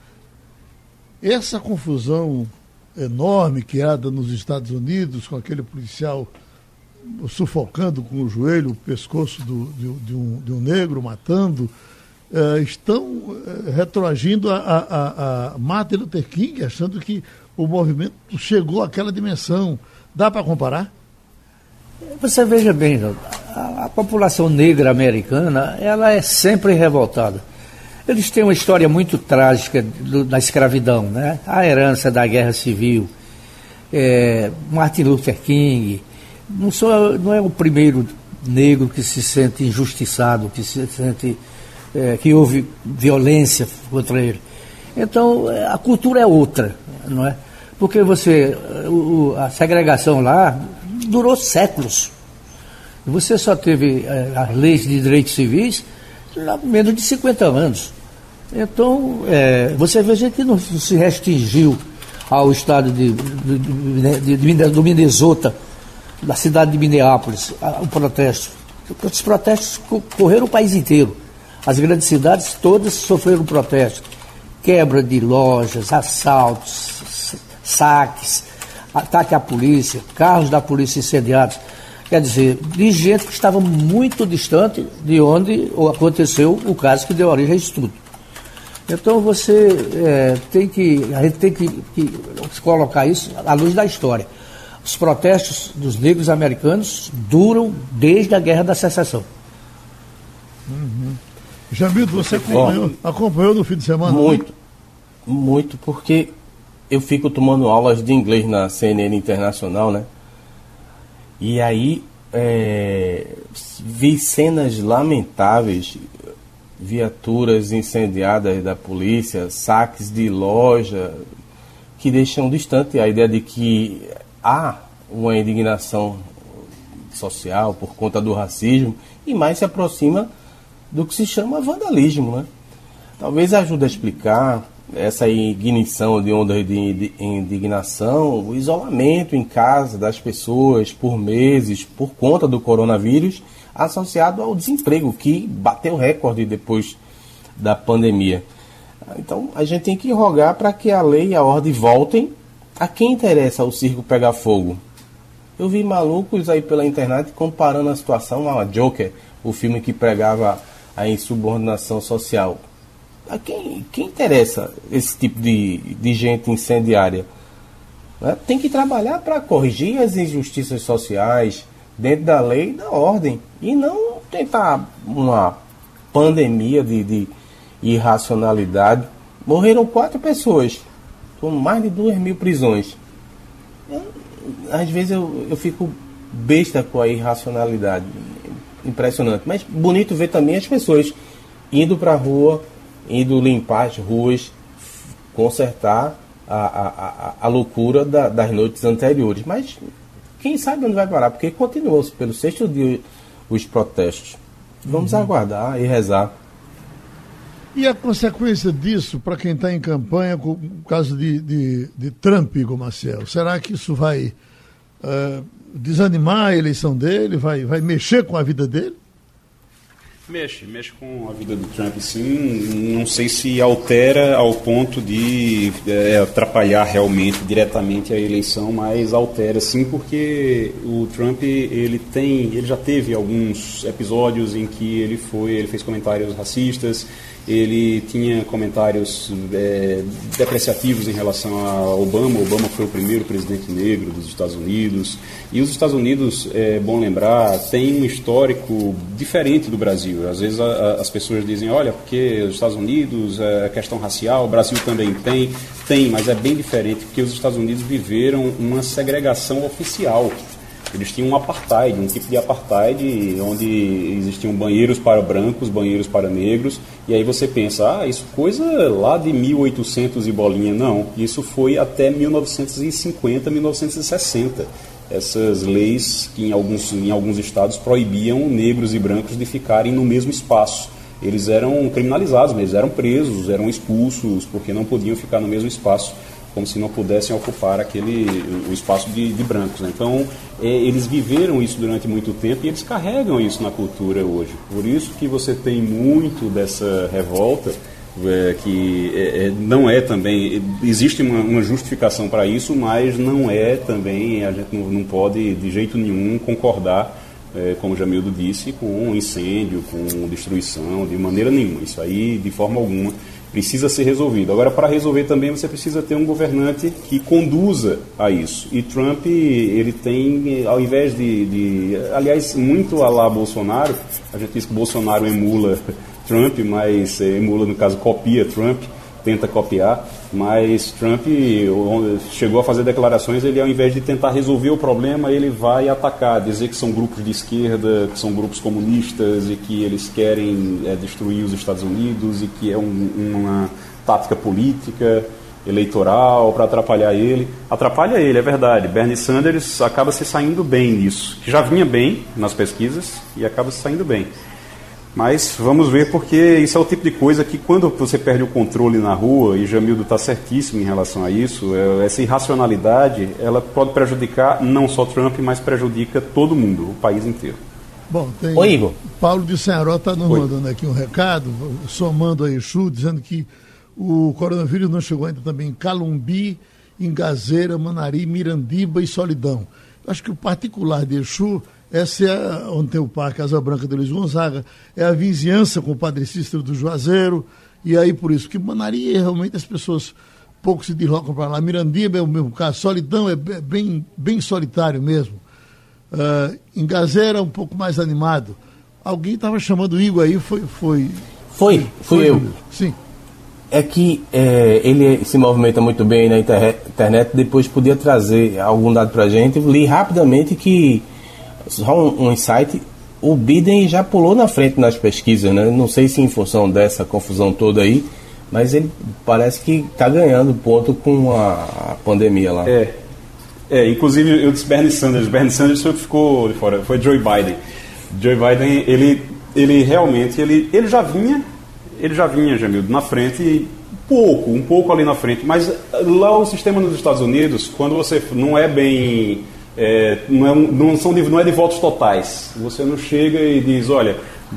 essa confusão enorme criada nos Estados Unidos com aquele policial sufocando com o joelho o pescoço do, de, de, um, de um negro, matando, uh, estão uh, retroagindo a, a, a, a Martin Luther King, achando que o movimento chegou àquela dimensão. Dá para comparar? Você veja bem, a, a população negra americana, ela é sempre revoltada. Eles têm uma história muito trágica do, da escravidão, né? A herança da guerra civil, é, Martin Luther King, não, sou, não é o primeiro negro que se sente injustiçado, que se sente é, que houve violência contra ele. Então, a cultura é outra, não é? Porque você, o, a segregação lá durou séculos. Você só teve é, as leis de direitos civis há menos de cinquenta anos. Então, é, você veja que não se restringiu ao estado de, de, de, de, do Minnesota, da cidade de Minneapolis, o protesto. Os protestos correram o país inteiro. As grandes cidades todas sofreram protestos. Quebra de lojas, assaltos, saques, ataque à polícia, carros da polícia incendiados. Quer dizer, de gente que estava muito distante de onde aconteceu o caso que deu origem a isso tudo. Então você é, tem que, a gente tem que, que colocar isso à luz da história. Os protestos dos negros americanos duram desde a Guerra da Secessão. Uhum. Jamildo, você acompanhou, acompanhou no fim de semana? Muito, né? Muito, porque eu fico tomando aulas de inglês na C N N Internacional, né? E aí é, vi cenas lamentáveis, viaturas incendiadas da polícia, saques de loja, que deixam distante a ideia de que há uma indignação social por conta do racismo e mais se aproxima do que se chama vandalismo, né? Talvez ajude a explicar essa ignição de ondas de indignação, o isolamento em casa das pessoas por meses por conta do coronavírus, associado ao desemprego que bateu recorde depois da pandemia. Então a gente tem que rogar para que a lei e a ordem voltem. A quem interessa o circo pegar fogo? Eu vi malucos aí pela internet comparando a situação a Joker, o filme que pregava a insubordinação social. A quem, quem interessa esse tipo de, de gente incendiária? Né? Tem que trabalhar para corrigir as injustiças sociais dentro da lei e da ordem, e não tentar uma pandemia de, de irracionalidade. Morreram quatro pessoas, com mais de duas mil prisões. Eu, às vezes eu, eu fico besta com a irracionalidade, impressionante, mas bonito ver também as pessoas indo para a rua, indo limpar as ruas, consertar a, a, a, a loucura da, das noites anteriores. Mas quem sabe onde vai parar, porque continuou pelo sexto dia os protestos. Vamos uhum. aguardar e rezar. E a consequência disso, para quem está em campanha, com o caso de, de, de Trump, Igor Maciel, será que isso vai uh, desanimar a eleição dele, vai, vai mexer com a vida dele? Mexe, mexe com a vida do Trump, sim. Não sei se altera ao ponto de é, atrapalhar realmente, diretamente a eleição, mas altera sim, porque o Trump, ele tem, ele já teve alguns episódios em que ele foi, ele fez comentários racistas, ele tinha comentários é, depreciativos em relação a Obama. Obama foi o primeiro presidente negro dos Estados Unidos. E os Estados Unidos, é bom lembrar, tem um histórico diferente do Brasil. Às vezes a, a, as pessoas dizem, olha, porque os Estados Unidos, é questão racial, o Brasil também tem. Tem, mas é bem diferente, porque os Estados Unidos viveram uma segregação oficial. Eles tinham um apartheid, um tipo de apartheid, onde existiam banheiros para brancos, banheiros para negros, e aí você pensa, ah, isso coisa lá de mil e oitocentos e bolinha. Não, isso foi até mil novecentos e cinquenta, mil novecentos e sessenta. Essas leis que em alguns, em alguns estados proibiam negros e brancos de ficarem no mesmo espaço. Eles eram criminalizados, eles eram presos, eram expulsos, porque não podiam ficar no mesmo espaço, como se não pudessem ocupar aquele, o espaço de, de brancos. Né? Então, é, eles viveram isso durante muito tempo e eles carregam isso na cultura hoje. Por isso que você tem muito dessa revolta, é, que é, é, não é também... Existe uma, uma justificação para isso, mas não é também... A gente não, não pode, de jeito nenhum, concordar é, como o Jamildo disse, com incêndio, com destruição, de maneira nenhuma. Isso aí, de forma alguma, precisa ser resolvido. Agora, para resolver também, você precisa ter um governante que conduza a isso. E Trump, ele tem, ao invés de... de aliás, muito a lá Bolsonaro, a gente diz que Bolsonaro emula Trump, mas emula, no caso, copia Trump, tenta copiar, mas Trump chegou a fazer declarações, ele ao invés de tentar resolver o problema, ele vai atacar, dizer que são grupos de esquerda, que são grupos comunistas e que eles querem é, destruir os Estados Unidos e que é um, uma tática política, eleitoral, para atrapalhar ele. Atrapalha ele, é verdade. Bernie Sanders acaba se saindo bem nisso, que já vinha bem nas pesquisas e acaba se saindo bem. Mas vamos ver, porque isso é o tipo de coisa que quando você perde o controle na rua, e Jamildo está certíssimo em relação a isso, é, essa irracionalidade, ela pode prejudicar não só Trump, mas prejudica todo mundo, o país inteiro. Bom, tem Oi, Igor. Paulo de Senharó está nos mandando aqui um recado, somando a Exu, dizendo que o coronavírus não chegou ainda também em Calumbi, Ingazeira, Manari, Mirandiba e Solidão. Acho que o particular de Exu, essa é onde tem o Parque Casa Branca de Luiz Gonzaga, é a vizinhança com o Padre Cícero do Juazeiro, e aí por isso, que Manari realmente as pessoas pouco se deslocam para lá. Mirandiba é o mesmo caso, Solidão é bem, bem solitário mesmo. Uh, Ingazeira é um pouco mais animado. Alguém estava chamando o Igor aí, foi... Foi, foi, fui foi eu. Sim. É que é, ele se movimenta muito bem na internet, depois podia trazer algum dado para a gente. Eu li rapidamente que, só um, um insight, o Biden já pulou na frente nas pesquisas, né? Não sei se em função dessa confusão toda aí, mas ele parece que está ganhando ponto com a, a pandemia lá. É, é, inclusive eu disse Bernie Sanders, Bernie Sanders foi o que ficou de fora, foi Joe Biden. Joe Biden, ele, ele realmente, ele, ele já vinha... Ele já vinha, Jamildo, na frente, pouco, um pouco ali na frente, mas lá o sistema nos Estados Unidos, quando você não é bem, é, não, é, não, são de, não é de votos totais, você não chega e diz, olha,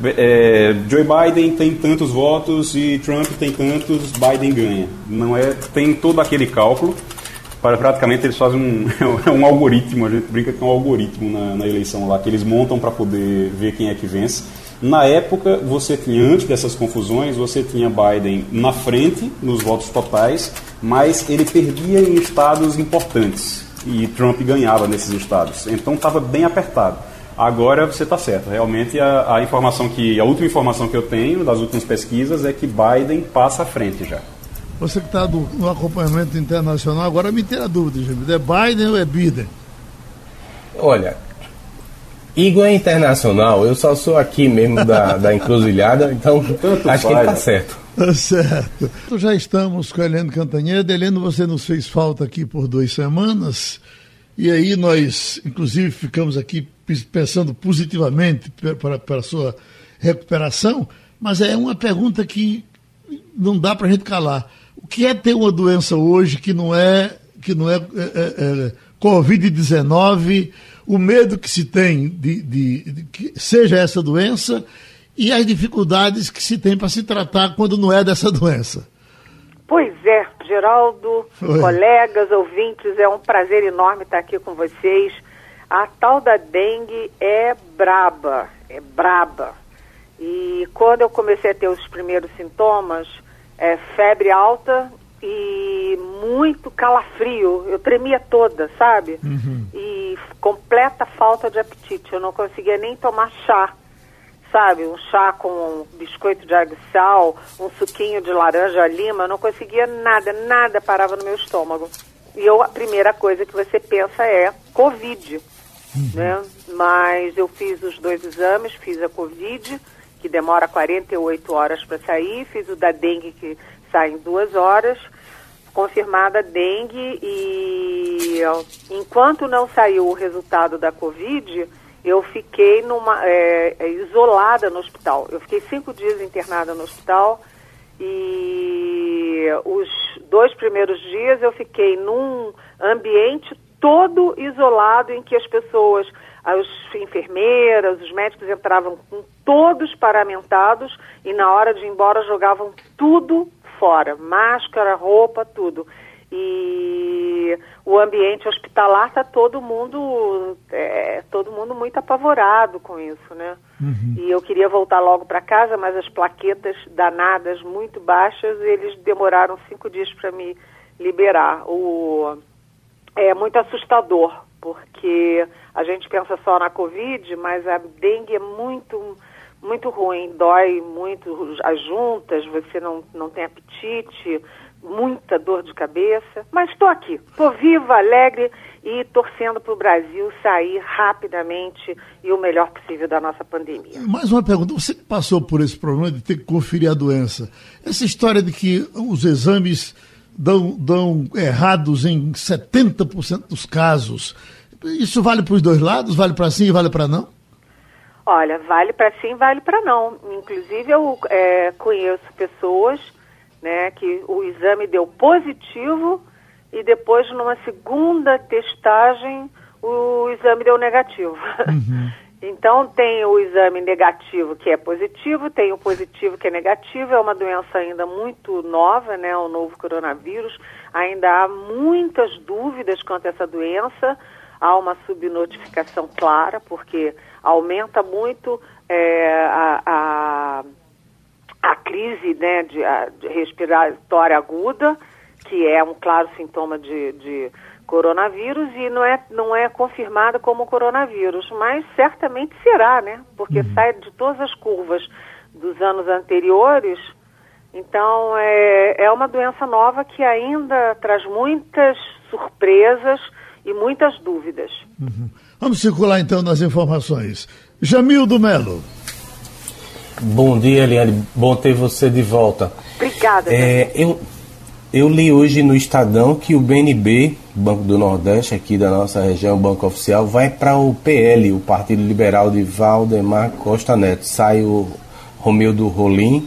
é, Joe Biden tem tantos votos e Trump tem tantos, Biden ganha. Não é, tem todo aquele cálculo, para, praticamente eles fazem um, um algoritmo, a gente brinca que é um algoritmo na, na eleição lá, que eles montam para poder ver quem é que vence. Na época, você tinha, antes dessas confusões, você tinha Biden na frente, nos votos totais, mas ele perdia em estados importantes e Trump ganhava nesses estados. Então estava bem apertado. Agora você está certo, realmente a, a informação que, a última informação que eu tenho das últimas pesquisas é que Biden passa à frente já. Você que está no acompanhamento internacional, agora me tira a dúvida, Jamildo, é Biden ou é Biden? Olha... Igor é internacional, eu só sou aqui mesmo da, da encruzilhada, então Tanto acho que ele está certo. Tá certo. Então, já estamos com a Helene Cantanhede. Helene, você nos fez falta aqui por duas semanas, e aí nós, inclusive, ficamos aqui pensando positivamente para, para a sua recuperação, mas é uma pergunta que não dá para a gente calar. O que é ter uma doença hoje que não é, que não é, é, é, é covid dezenove, o medo que se tem de, de, de que seja essa doença e as dificuldades que se tem para se tratar quando não é dessa doença? Pois é, Geraldo, Oi. colegas, ouvintes, é um prazer enorme estar aqui com vocês. A tal da dengue é braba, é braba. E quando eu comecei a ter os primeiros sintomas, é febre alta e muito calafrio, eu tremia toda, sabe? Uhum. E completa falta de apetite, eu não conseguia nem tomar chá, sabe? Um chá com um biscoito de água e sal, um suquinho de laranja lima, eu não conseguia nada, nada parava no meu estômago. E eu, a primeira coisa que você pensa é Covid, uhum. né? Mas eu fiz os dois exames, fiz a Covid, que demora quarenta e oito horas para sair, fiz o da dengue, que sai em duas horas, confirmada a dengue, e enquanto não saiu o resultado da Covid, eu fiquei numa, é, isolada no hospital. Eu fiquei cinco dias internada no hospital, e os dois primeiros dias eu fiquei num ambiente todo isolado, em que as pessoas, as enfermeiras, os médicos entravam com todos paramentados e na hora de ir embora jogavam tudo fora, máscara, roupa, tudo. E E o ambiente hospitalar está todo mundo, é, todo mundo muito apavorado com isso, né? Uhum. E eu queria voltar logo para casa, mas as plaquetas danadas muito baixas, eles demoraram cinco dias para me liberar. O, é muito assustador, porque a gente pensa só na Covid, mas a dengue é muito, muito ruim, dói muito as juntas, você não, não tem apetite, muita dor de cabeça, mas estou aqui, estou viva, alegre e torcendo para o Brasil sair rapidamente e o melhor possível da nossa pandemia. Mais uma pergunta, você que passou por esse problema de ter que conferir a doença, essa história de que os exames dão, dão errados em setenta por cento dos casos, isso vale para os dois lados? Vale para sim e vale para não? Olha, vale para sim, vale para não. Inclusive eu é, conheço pessoas, né, que o exame deu positivo e depois numa segunda testagem o exame deu negativo. Uhum. Então tem o exame negativo que é positivo, tem o positivo que é negativo, é uma doença ainda muito nova, né, o novo coronavírus, ainda há muitas dúvidas quanto a essa doença, há uma subnotificação clara, porque aumenta muito é, a... a a crise, né, de, a, de respiratória aguda, que é um claro sintoma de, de coronavírus e não é, não é confirmada como coronavírus, mas certamente será, né, porque uhum. sai de todas as curvas dos anos anteriores. Então é, é uma doença nova que ainda traz muitas surpresas e muitas dúvidas. Uhum. Vamos circular então nas informações. Jamildo Melo. Bom dia, Eliane. Bom ter você de volta. Obrigada. É, eu, eu li hoje no Estadão que o B N B, Banco do Nordeste, aqui da nossa região, Banco Oficial, vai para o P L, o Partido Liberal de Valdemar Costa Neto. Sai o Romildo Rolim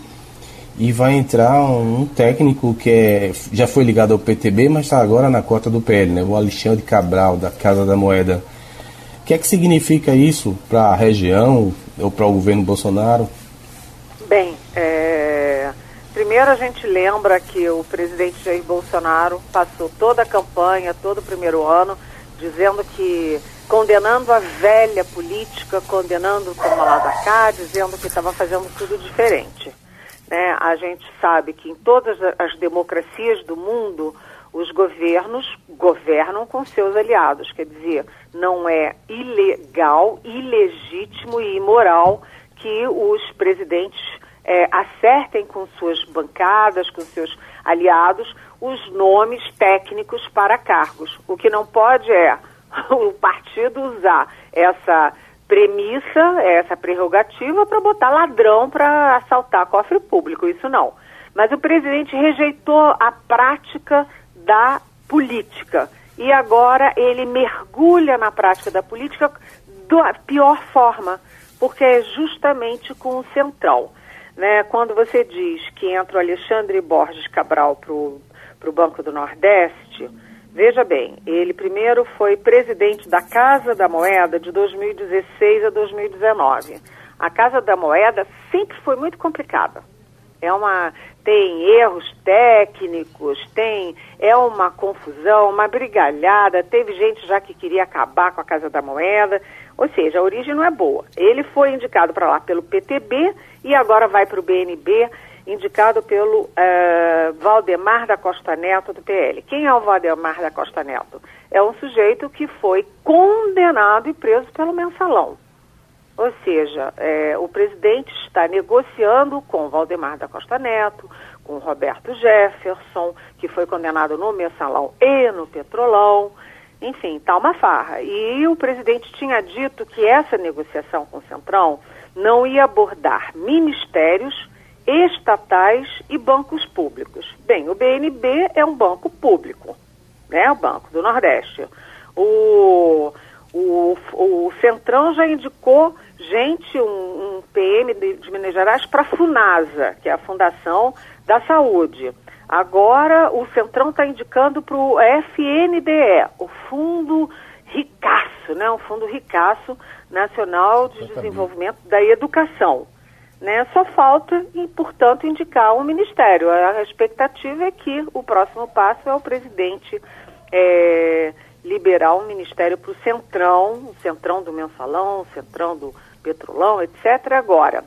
e vai entrar um técnico que é, já foi ligado ao P T B, mas está agora na cota do P L, né? O Alexandre Cabral, da Casa da Moeda. O que é que significa isso para a região ou para o governo Bolsonaro? Bem, é... primeiro a gente lembra que o presidente Jair Bolsonaro passou toda a campanha, todo o primeiro ano, dizendo que, condenando a velha política, condenando o toma lá da cá, dizendo que estava fazendo tudo diferente. Né? A gente sabe que em todas as democracias do mundo, os governos governam com seus aliados, quer dizer, não é ilegal, ilegítimo e imoral que os presidentes é, acertem com suas bancadas, com seus aliados, os nomes técnicos para cargos. O que não pode é o partido usar essa premissa, essa prerrogativa para botar ladrão para assaltar cofre público, isso não. Mas o presidente rejeitou a prática da política e agora ele mergulha na prática da política da pior forma, porque é justamente com o Centrão. Né? Quando você diz que entra o Alexandre Borges Cabral para o Banco do Nordeste, veja bem, ele primeiro foi presidente da Casa da Moeda de dois mil e dezesseis a dois mil e dezenove. A Casa da Moeda sempre foi muito complicada. É uma, tem erros técnicos, tem, é uma confusão, uma brigalhada, teve gente já que queria acabar com a Casa da Moeda, ou seja, a origem não é boa. Ele foi indicado para lá pelo P T B e agora vai para o B N B, indicado pelo uh, Valdemar da Costa Neto do P L. Quem é o Valdemar da Costa Neto? É um sujeito que foi condenado e preso pelo Mensalão. Ou seja, é, o presidente está negociando com Valdemar da Costa Neto, com Roberto Jefferson, que foi condenado no Mensalão e no Petrolão. Enfim, está uma farra. E o presidente tinha dito que essa negociação com o Centrão não ia abordar ministérios, estatais e bancos públicos. Bem, o B N B é um banco público, né? O Banco do Nordeste. O, o, o Centrão já indicou gente, um, um P M de, de Minas Gerais para a FUNASA, que é a Fundação da Saúde. Agora o Centrão está indicando para o F N D E, o Fundo Ricaço, né? O Fundo Ricaço Nacional de Desenvolvimento da Educação. Né? Só falta, e, portanto, indicar um ministério. A expectativa é que o próximo passo é o presidente é, liberar o Ministério para o Centrão, o Centrão do Mensalão, o Centrão do Petrolão, etcétera. Agora,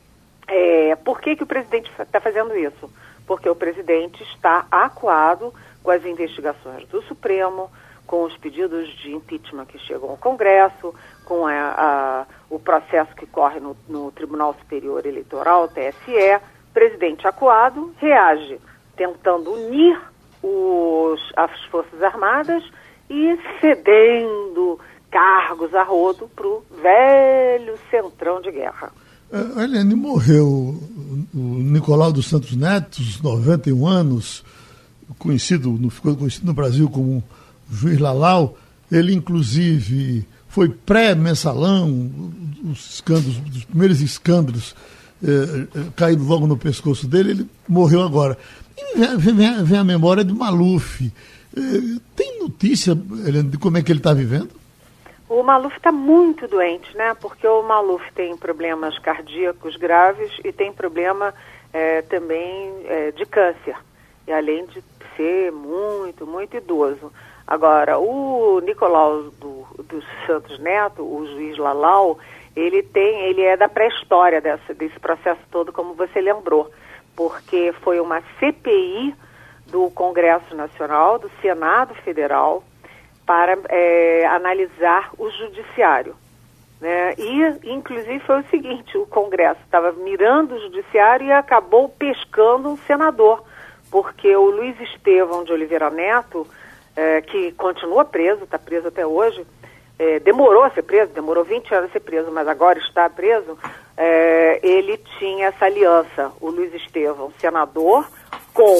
é, por que que o presidente está fazendo isso? Porque o presidente está acuado com as investigações do Supremo, com os pedidos de impeachment que chegam ao Congresso, com a, a, o processo que corre no, no Tribunal Superior Eleitoral, T S E. O presidente acuado reage, tentando unir os, as Forças Armadas e cedendo cargos a rodo para o velho centrão de guerra. A Eliane, morreu o Nicolau dos Santos Neto, noventa e um anos, conhecido, ficou conhecido no Brasil como Juiz Lalau. Ele, inclusive, foi pré-mensalão, os escândalos, os primeiros escândalos eh, caíram logo no pescoço dele. Ele morreu agora. E vem, vem, vem a memória de Maluf. Eh, tem notícia, Eliane, de como é que ele está vivendo? O Maluf está muito doente, né? Porque o Maluf tem problemas cardíacos graves e tem problema é, também é, de câncer. E além de ser muito, muito idoso. Agora, o Nicolau do, dos Santos Neto, o juiz Lalau, ele tem, ele é da pré-história dessa, desse processo todo, como você lembrou. Porque foi uma C P I do Congresso Nacional, do Senado Federal, para é, analisar o judiciário, né? E, inclusive, foi o seguinte, o Congresso estava mirando o judiciário e acabou pescando um senador, porque o Luiz Estevão de Oliveira Neto, é, que continua preso, está preso até hoje, é, demorou a ser preso, demorou vinte anos a ser preso, mas agora está preso, é, ele tinha essa aliança, o Luiz Estevão, senador, com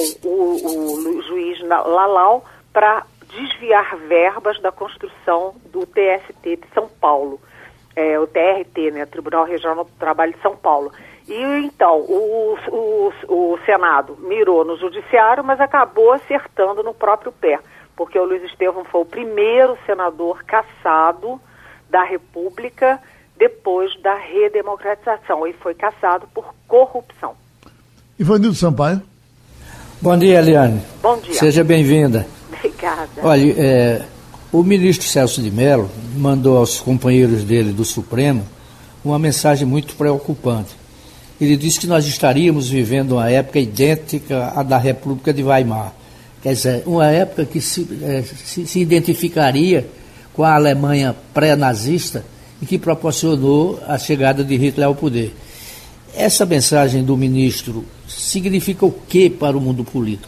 o, o juiz Lalau, para desviar verbas da construção do T S T de São Paulo, é, o T R T, né, Tribunal Regional do Trabalho de São Paulo. E então o, o, o Senado mirou no judiciário, mas acabou acertando no próprio pé, porque o Luiz Estevão foi o primeiro senador cassado da República depois da redemocratização e foi cassado por corrupção. Ivanildo Sampaio. Bom dia, Eliane. Bom dia. Seja bem-vinda. Obrigada. Olha, é, o ministro Celso de Mello mandou aos companheiros dele do Supremo uma mensagem muito preocupante. Ele disse que nós estaríamos vivendo uma época idêntica à da República de Weimar. Quer dizer, uma época que se, é, se, se identificaria com a Alemanha pré-nazista e que proporcionou a chegada de Hitler ao poder. Essa mensagem do ministro significa o que para o mundo político?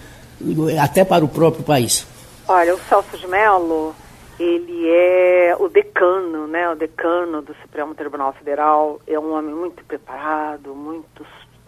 Até para o próprio país? Olha, o Celso de Mello, ele é o decano, né, o decano do Supremo Tribunal Federal, é um homem muito preparado, muito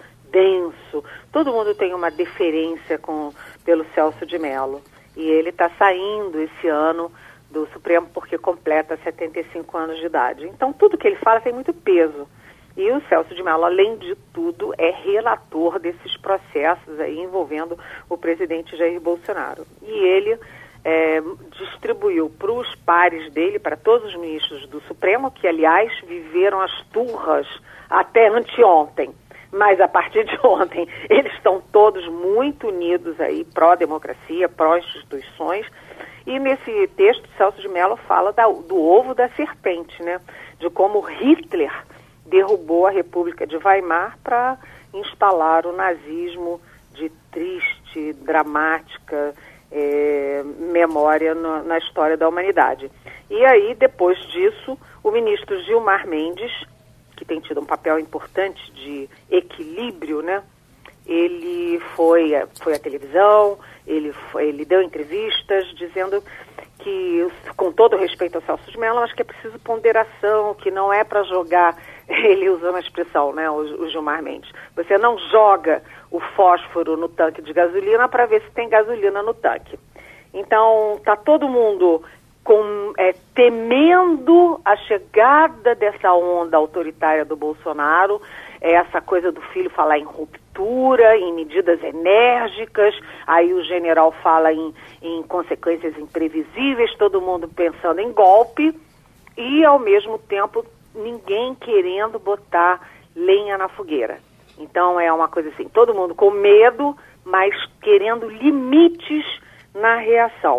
denso, todo mundo tem uma deferência com, pelo Celso de Mello, e ele está saindo esse ano do Supremo porque completa setenta e cinco anos de idade. Então, tudo que ele fala tem muito peso. E o Celso de Mello, além de tudo, é relator desses processos aí envolvendo o presidente Jair Bolsonaro. E ele é, distribuiu para os pares dele, para todos os ministros do Supremo, que, aliás, viveram as turras até anteontem. Mas, a partir de ontem, eles estão todos muito unidos aí, pró-democracia, pró-instituições. E nesse texto, Celso de Mello fala da, do ovo da serpente, né? De como Hitler derrubou a República de Weimar para instalar o nazismo de triste, dramática é, memória no, na história da humanidade. E aí, depois disso, o ministro Gilmar Mendes, que tem tido um papel importante de equilíbrio, né? Ele foi, foi à televisão, ele, foi, ele deu entrevistas dizendo que, com todo respeito ao Celso de Mello, acho que é preciso ponderação, que não é para jogar, ele usando a expressão, né, o, o Gilmar Mendes, você não joga o fósforo no tanque de gasolina para ver se tem gasolina no tanque. Então, está todo mundo com, é, temendo a chegada dessa onda autoritária do Bolsonaro, é essa coisa do filho falar em ruptura, em medidas enérgicas, aí o general fala em, em consequências imprevisíveis, todo mundo pensando em golpe, e ao mesmo tempo ninguém querendo botar lenha na fogueira. Então é uma coisa assim, todo mundo com medo, mas querendo limites na reação.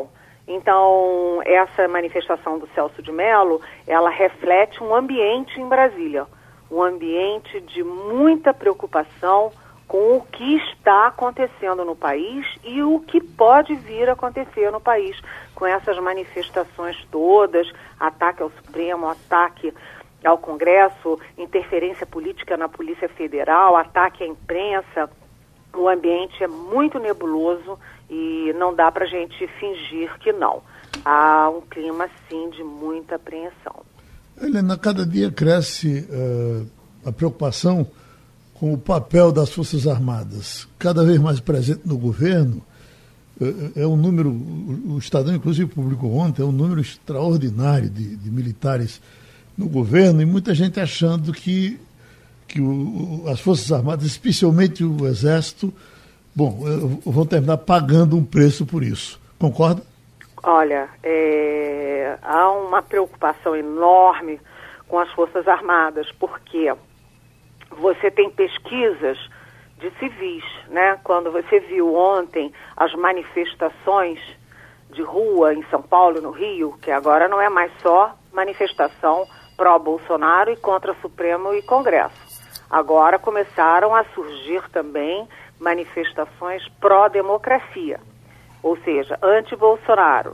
Então, essa manifestação do Celso de Mello, ela reflete um ambiente em Brasília, um ambiente de muita preocupação com o que está acontecendo no país e o que pode vir a acontecer no país, com essas manifestações todas, ataque ao Supremo, ataque ao Congresso, interferência política na Polícia Federal, ataque à imprensa. O ambiente é muito nebuloso e não dá para a gente fingir que não. Há um clima, sim, de muita apreensão. Helena, cada dia cresce uh, a preocupação com o papel das Forças Armadas, cada vez mais presente no governo. Uh, é um número, o Estadão inclusive publicou ontem, é um número extraordinário de, de militares no governo, e muita gente achando que que o, as Forças Armadas, especialmente o Exército, bom, vão terminar pagando um preço por isso. Concorda? Olha, é, há uma preocupação enorme com as Forças Armadas, porque você tem pesquisas de civis, né? Quando você viu ontem as manifestações de rua em São Paulo, no Rio, que agora não é mais só manifestação pró-Bolsonaro e contra Supremo e Congresso. Agora começaram a surgir também manifestações pró-democracia, ou seja, anti-Bolsonaro.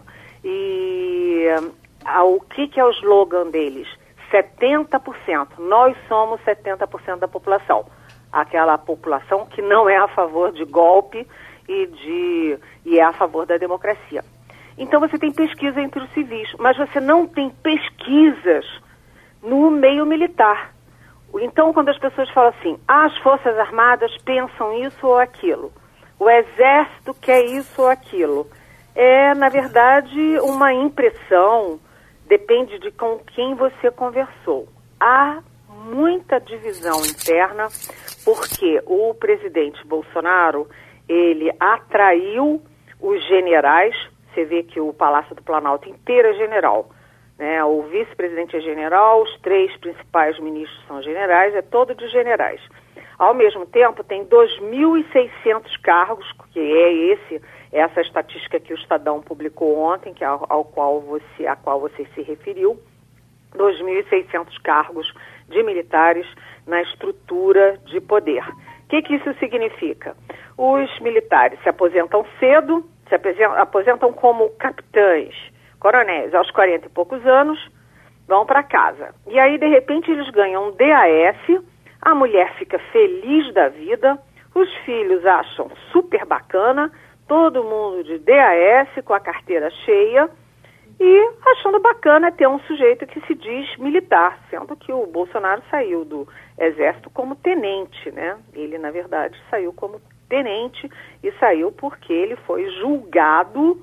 E ah, o que, que é o slogan deles? setenta por cento. Nós somos setenta por cento da população. Aquela população que não é a favor de golpe e, de, e é a favor da democracia. Então você tem pesquisa entre os civis, mas você não tem pesquisas no meio militar. Então, quando as pessoas falam assim, ah, as Forças Armadas pensam isso ou aquilo, o Exército quer isso ou aquilo, é, na verdade, uma impressão, depende de com quem você conversou. Há muita divisão interna, porque o presidente Bolsonaro, ele atraiu os generais, você vê que o Palácio do Planalto inteiro é general, né? O vice-presidente é general, os três principais ministros são generais, é todo de generais. Ao mesmo tempo, tem dois mil e seiscentos cargos, que é esse, essa estatística que o Estadão publicou ontem, que é ao, ao qual você, a qual você se referiu, dois mil e seiscentos cargos de militares na estrutura de poder. O que, que isso significa? Os militares se aposentam cedo, se aposentam como capitães, coronéis, aos quarenta e poucos anos, vão para casa. E aí, de repente, eles ganham um D A S, a mulher fica feliz da vida, os filhos acham super bacana, todo mundo de D A S, com a carteira cheia, e achando bacana ter um sujeito que se diz militar, sendo que o Bolsonaro saiu do Exército como tenente, né? Ele, na verdade, saiu como tenente e saiu porque ele foi julgado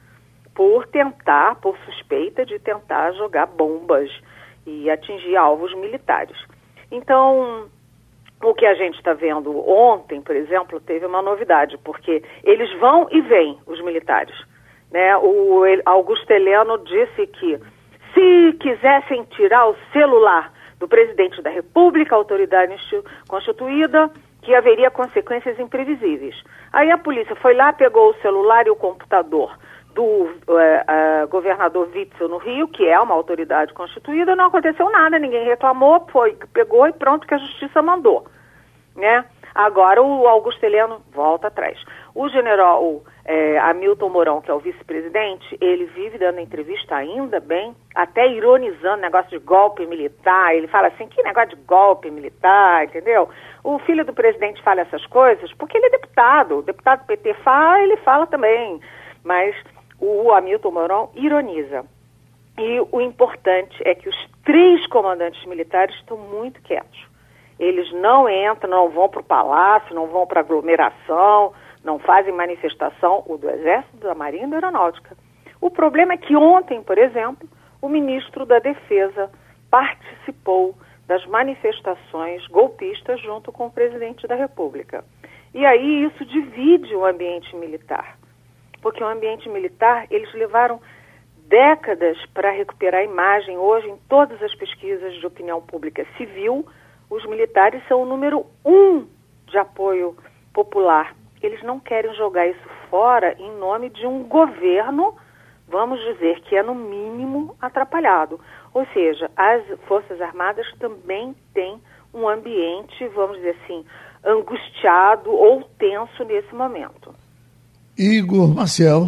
por tentar, por suspeita de tentar jogar bombas e atingir alvos militares. Então, o que a gente está vendo ontem, por exemplo, teve uma novidade, porque eles vão e vêm, os militares. Né? O Augusto Heleno disse que se quisessem tirar o celular do presidente da República, autoridade constituída, que haveria consequências imprevisíveis. Aí a polícia foi lá, pegou o celular e o computador do uh, uh, governador Witzel no Rio, que é uma autoridade constituída, não aconteceu nada, ninguém reclamou, foi, pegou e pronto que a justiça mandou, né? Agora o Augusto Heleno volta atrás. O general é, Hamilton Mourão, que é o vice-presidente, ele vive dando entrevista ainda bem, até ironizando negócio de golpe militar. Ele fala assim, que negócio de golpe militar, entendeu? O filho do presidente fala essas coisas porque ele é deputado. O deputado P T fala, ele fala também. Mas o Hamilton Mourão ironiza. E o importante é que os três comandantes militares estão muito quietos. Eles não entram, não vão para o palácio, não vão para aglomeração, não fazem manifestação, o do Exército, da Marinha e da Aeronáutica. O problema é que ontem, por exemplo, o ministro da Defesa participou das manifestações golpistas junto com o presidente da República. E aí isso divide o ambiente militar, porque o ambiente militar, eles levaram décadas para recuperar a imagem. Hoje, em todas as pesquisas de opinião pública civil, os militares são o número um de apoio popular. Eles não querem jogar isso fora em nome de um governo vamos dizer que é no mínimo atrapalhado. Ou seja, as Forças Armadas também têm um ambiente, vamos dizer assim, angustiado ou tenso nesse momento. Igor Maciel.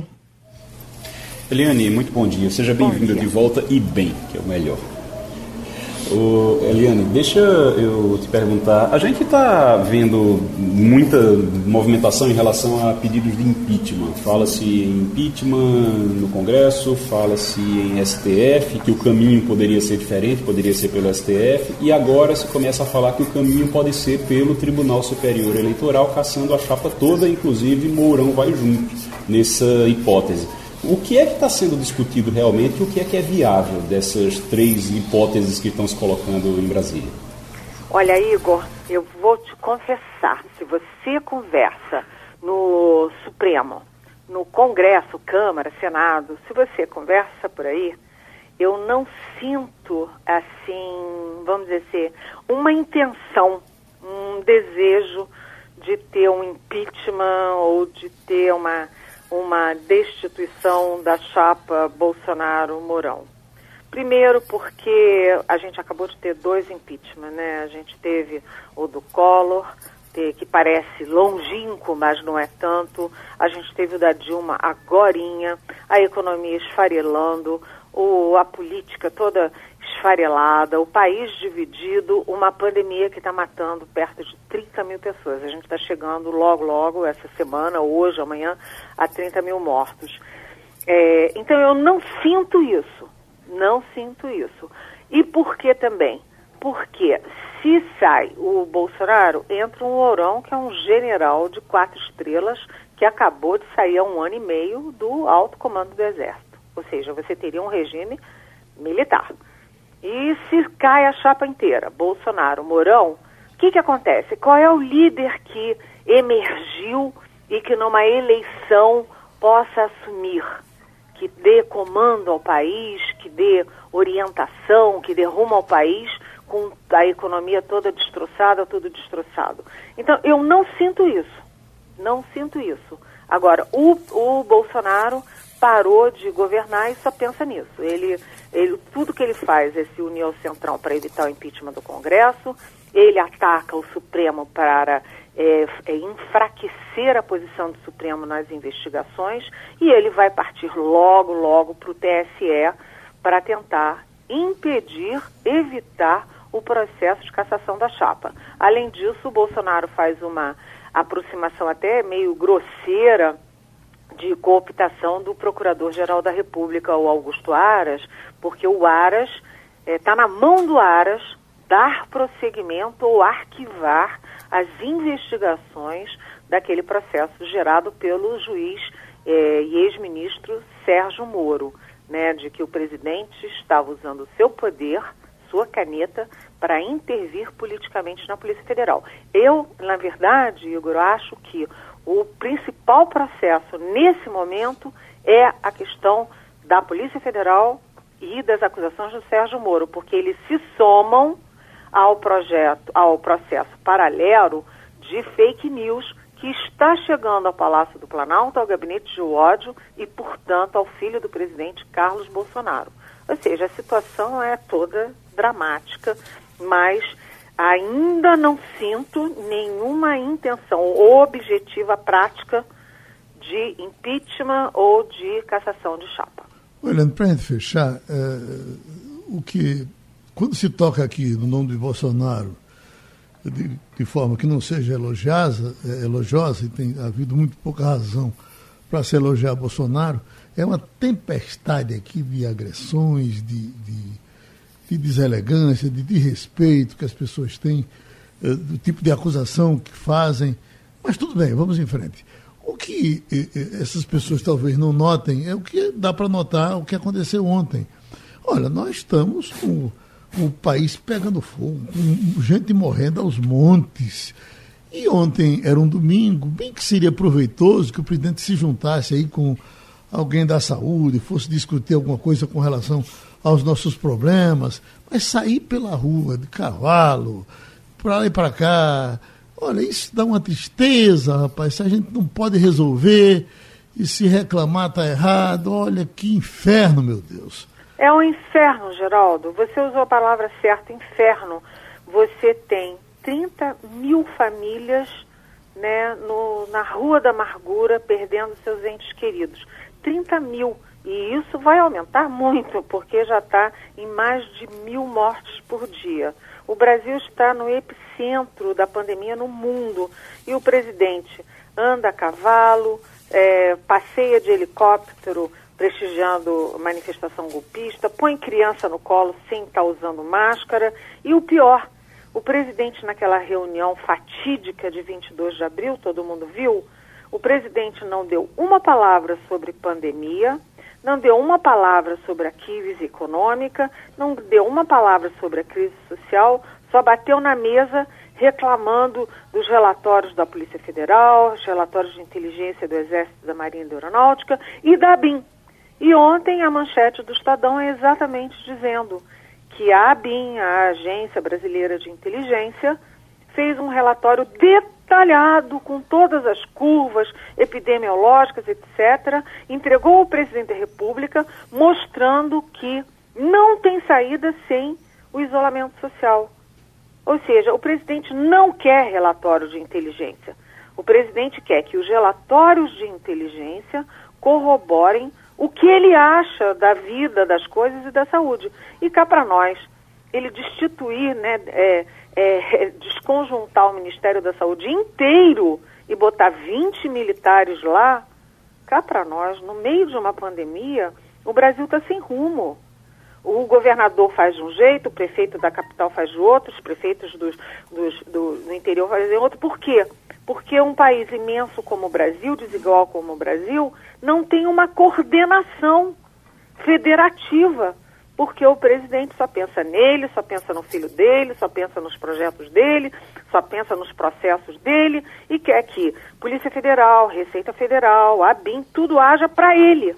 Eliane, muito bom dia. Seja bem-vinda de volta e bem, que é o melhor. Ô, Eliane, deixa eu te perguntar. A gente está vendo muita movimentação em relação a pedidos de impeachment. Fala-se em impeachment no Congresso, fala-se em S T F, que o caminho poderia ser diferente, poderia ser pelo S T F, e agora se começa a falar que o caminho pode ser pelo Tribunal Superior Eleitoral, caçando a chapa toda, inclusive Mourão vai junto nessa hipótese. O que é que está sendo discutido realmente e o que é que é viável dessas três hipóteses que estão se colocando em Brasília? Olha, Igor, eu vou te confessar, se você conversa no Supremo, no Congresso, Câmara, Senado, se você conversa por aí, eu não sinto, assim, vamos dizer assim, uma intenção, um desejo de ter um impeachment ou de ter uma... uma destituição da chapa Bolsonaro-Mourão. Primeiro porque a gente acabou de ter dois impeachment, né? A gente teve o do Collor, que parece longínquo, mas não é tanto. A gente teve o da Dilma agorinha, a economia esfarelando, o, a política toda esfarelada, o país dividido, uma pandemia que está matando perto de trinta mil pessoas. A gente está chegando logo, logo, essa semana, hoje, amanhã, a trinta mil mortos. É, então eu não sinto isso, não sinto isso. E por que também? Porque se sai o Bolsonaro, entra um Mourão, que é um general de quatro estrelas, que acabou de sair há um ano e meio do alto comando do Exército. Ou seja, você teria um regime militar. E se cai a chapa inteira, Bolsonaro, Mourão, o que que acontece? Qual é o líder que emergiu e que numa eleição possa assumir, que dê comando ao país, que dê orientação, que dê rumo ao país, com a economia toda destroçada, tudo destroçado? Então, eu não sinto isso, não sinto isso. Agora, o, o Bolsonaro parou de governar e só pensa nisso. Ele, ele, tudo que ele faz é se unir ao Centrão para evitar o impeachment do Congresso, ele ataca o Supremo para é, é, enfraquecer a posição do Supremo nas investigações e ele vai partir logo, logo para o T S E para tentar impedir, evitar o processo de cassação da chapa. Além disso, o Bolsonaro faz uma aproximação até meio grosseira de cooptação do Procurador-Geral da República, o Augusto Aras, porque o Aras, está eh, na mão do Aras dar prosseguimento ou arquivar as investigações daquele processo gerado pelo juiz eh, e ex-ministro Sérgio Moro, né, de que o presidente estava usando o seu poder, sua caneta, para intervir politicamente na Polícia Federal. Eu, na verdade, Igor, acho que o principal processo nesse momento é a questão da Polícia Federal e das acusações do Sérgio Moro, porque eles se somam ao projeto, ao processo paralelo de fake news que está chegando ao Palácio do Planalto, ao gabinete de ódio e, portanto, ao filho do presidente Carlos Bolsonaro. Ou seja, a situação é toda dramática, mas ainda não sinto nenhuma intenção objetiva prática de impeachment ou de cassação de chapa. Olhando para a gente fechar, é, o que, quando se toca aqui no nome de Bolsonaro, de, de forma que não seja elogiosa, é, elogiosa, e tem havido muito pouca razão para se elogiar Bolsonaro, é uma tempestade aqui de agressões, de, de, de deselegância, de desrespeito que as pessoas têm, é, do tipo de acusação que fazem. Mas tudo bem, vamos em frente. O que essas pessoas talvez não notem é o que dá para notar o que aconteceu ontem. Olha, nós estamos com o país pegando fogo, com gente morrendo aos montes. E ontem era um domingo, bem que seria proveitoso que o presidente se juntasse aí com alguém da saúde, fosse discutir alguma coisa com relação aos nossos problemas, mas sair pela rua de cavalo, para lá e para cá... Olha, isso dá uma tristeza, rapaz, se a gente não pode resolver e se reclamar está errado. Olha que inferno, meu Deus. É um inferno, Geraldo. Você usou a palavra certa, inferno. Você tem trinta mil famílias, né, no, na Rua da Amargura, perdendo seus entes queridos. trinta mil. E isso vai aumentar muito, porque já está em mais de mil mortes por dia. O Brasil está no epicentro da pandemia no mundo. E o presidente anda a cavalo, é, passeia de helicóptero, prestigiando manifestação golpista, põe criança no colo sem estar usando máscara. E o pior, o presidente naquela reunião fatídica de vinte e dois de abril, todo mundo viu, o presidente não deu uma palavra sobre pandemia, não deu uma palavra sobre a crise econômica, não deu uma palavra sobre a crise social, só bateu na mesa reclamando dos relatórios da Polícia Federal, os relatórios de inteligência do Exército, da Marinha e da Aeronáutica e da ABIN. E ontem a manchete do Estadão é exatamente dizendo que a ABIN, a Agência Brasileira de Inteligência, fez um relatório detalhado com todas as curvas epidemiológicas, etcétera, entregou ao presidente da República, mostrando que não tem saída sem o isolamento social. Ou seja, o presidente não quer relatório de inteligência. O presidente quer que os relatórios de inteligência corroborem o que ele acha da vida, das coisas e da saúde. E cá para nós, ele destituir, né, é, é, desconjuntar o Ministério da Saúde inteiro e botar vinte militares lá, cá para nós, no meio de uma pandemia, o Brasil está sem rumo. O governador faz de um jeito, o prefeito da capital faz de outro, os prefeitos dos, dos, do, do interior fazem de outro. Por quê? Porque um país imenso como o Brasil, desigual como o Brasil, não tem uma coordenação federativa, porque o presidente só pensa nele, só pensa no filho dele, só pensa nos projetos dele, só pensa nos processos dele e quer que Polícia Federal, Receita Federal, ABIN, tudo haja para ele.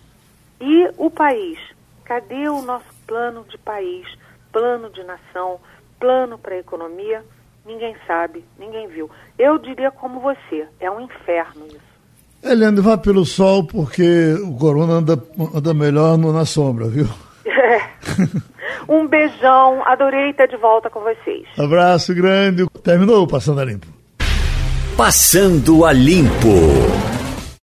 E o país? Cadê o nosso plano de país, plano de nação, plano para a economia? Ninguém sabe, ninguém viu. Eu diria como você, é um inferno isso. Eliane, vá pelo sol, porque o corona anda, anda melhor no, na sombra, viu? É. Um beijão, adorei estar de volta com vocês. Abraço grande. Terminou o Passando a Limpo. Passando a Limpo.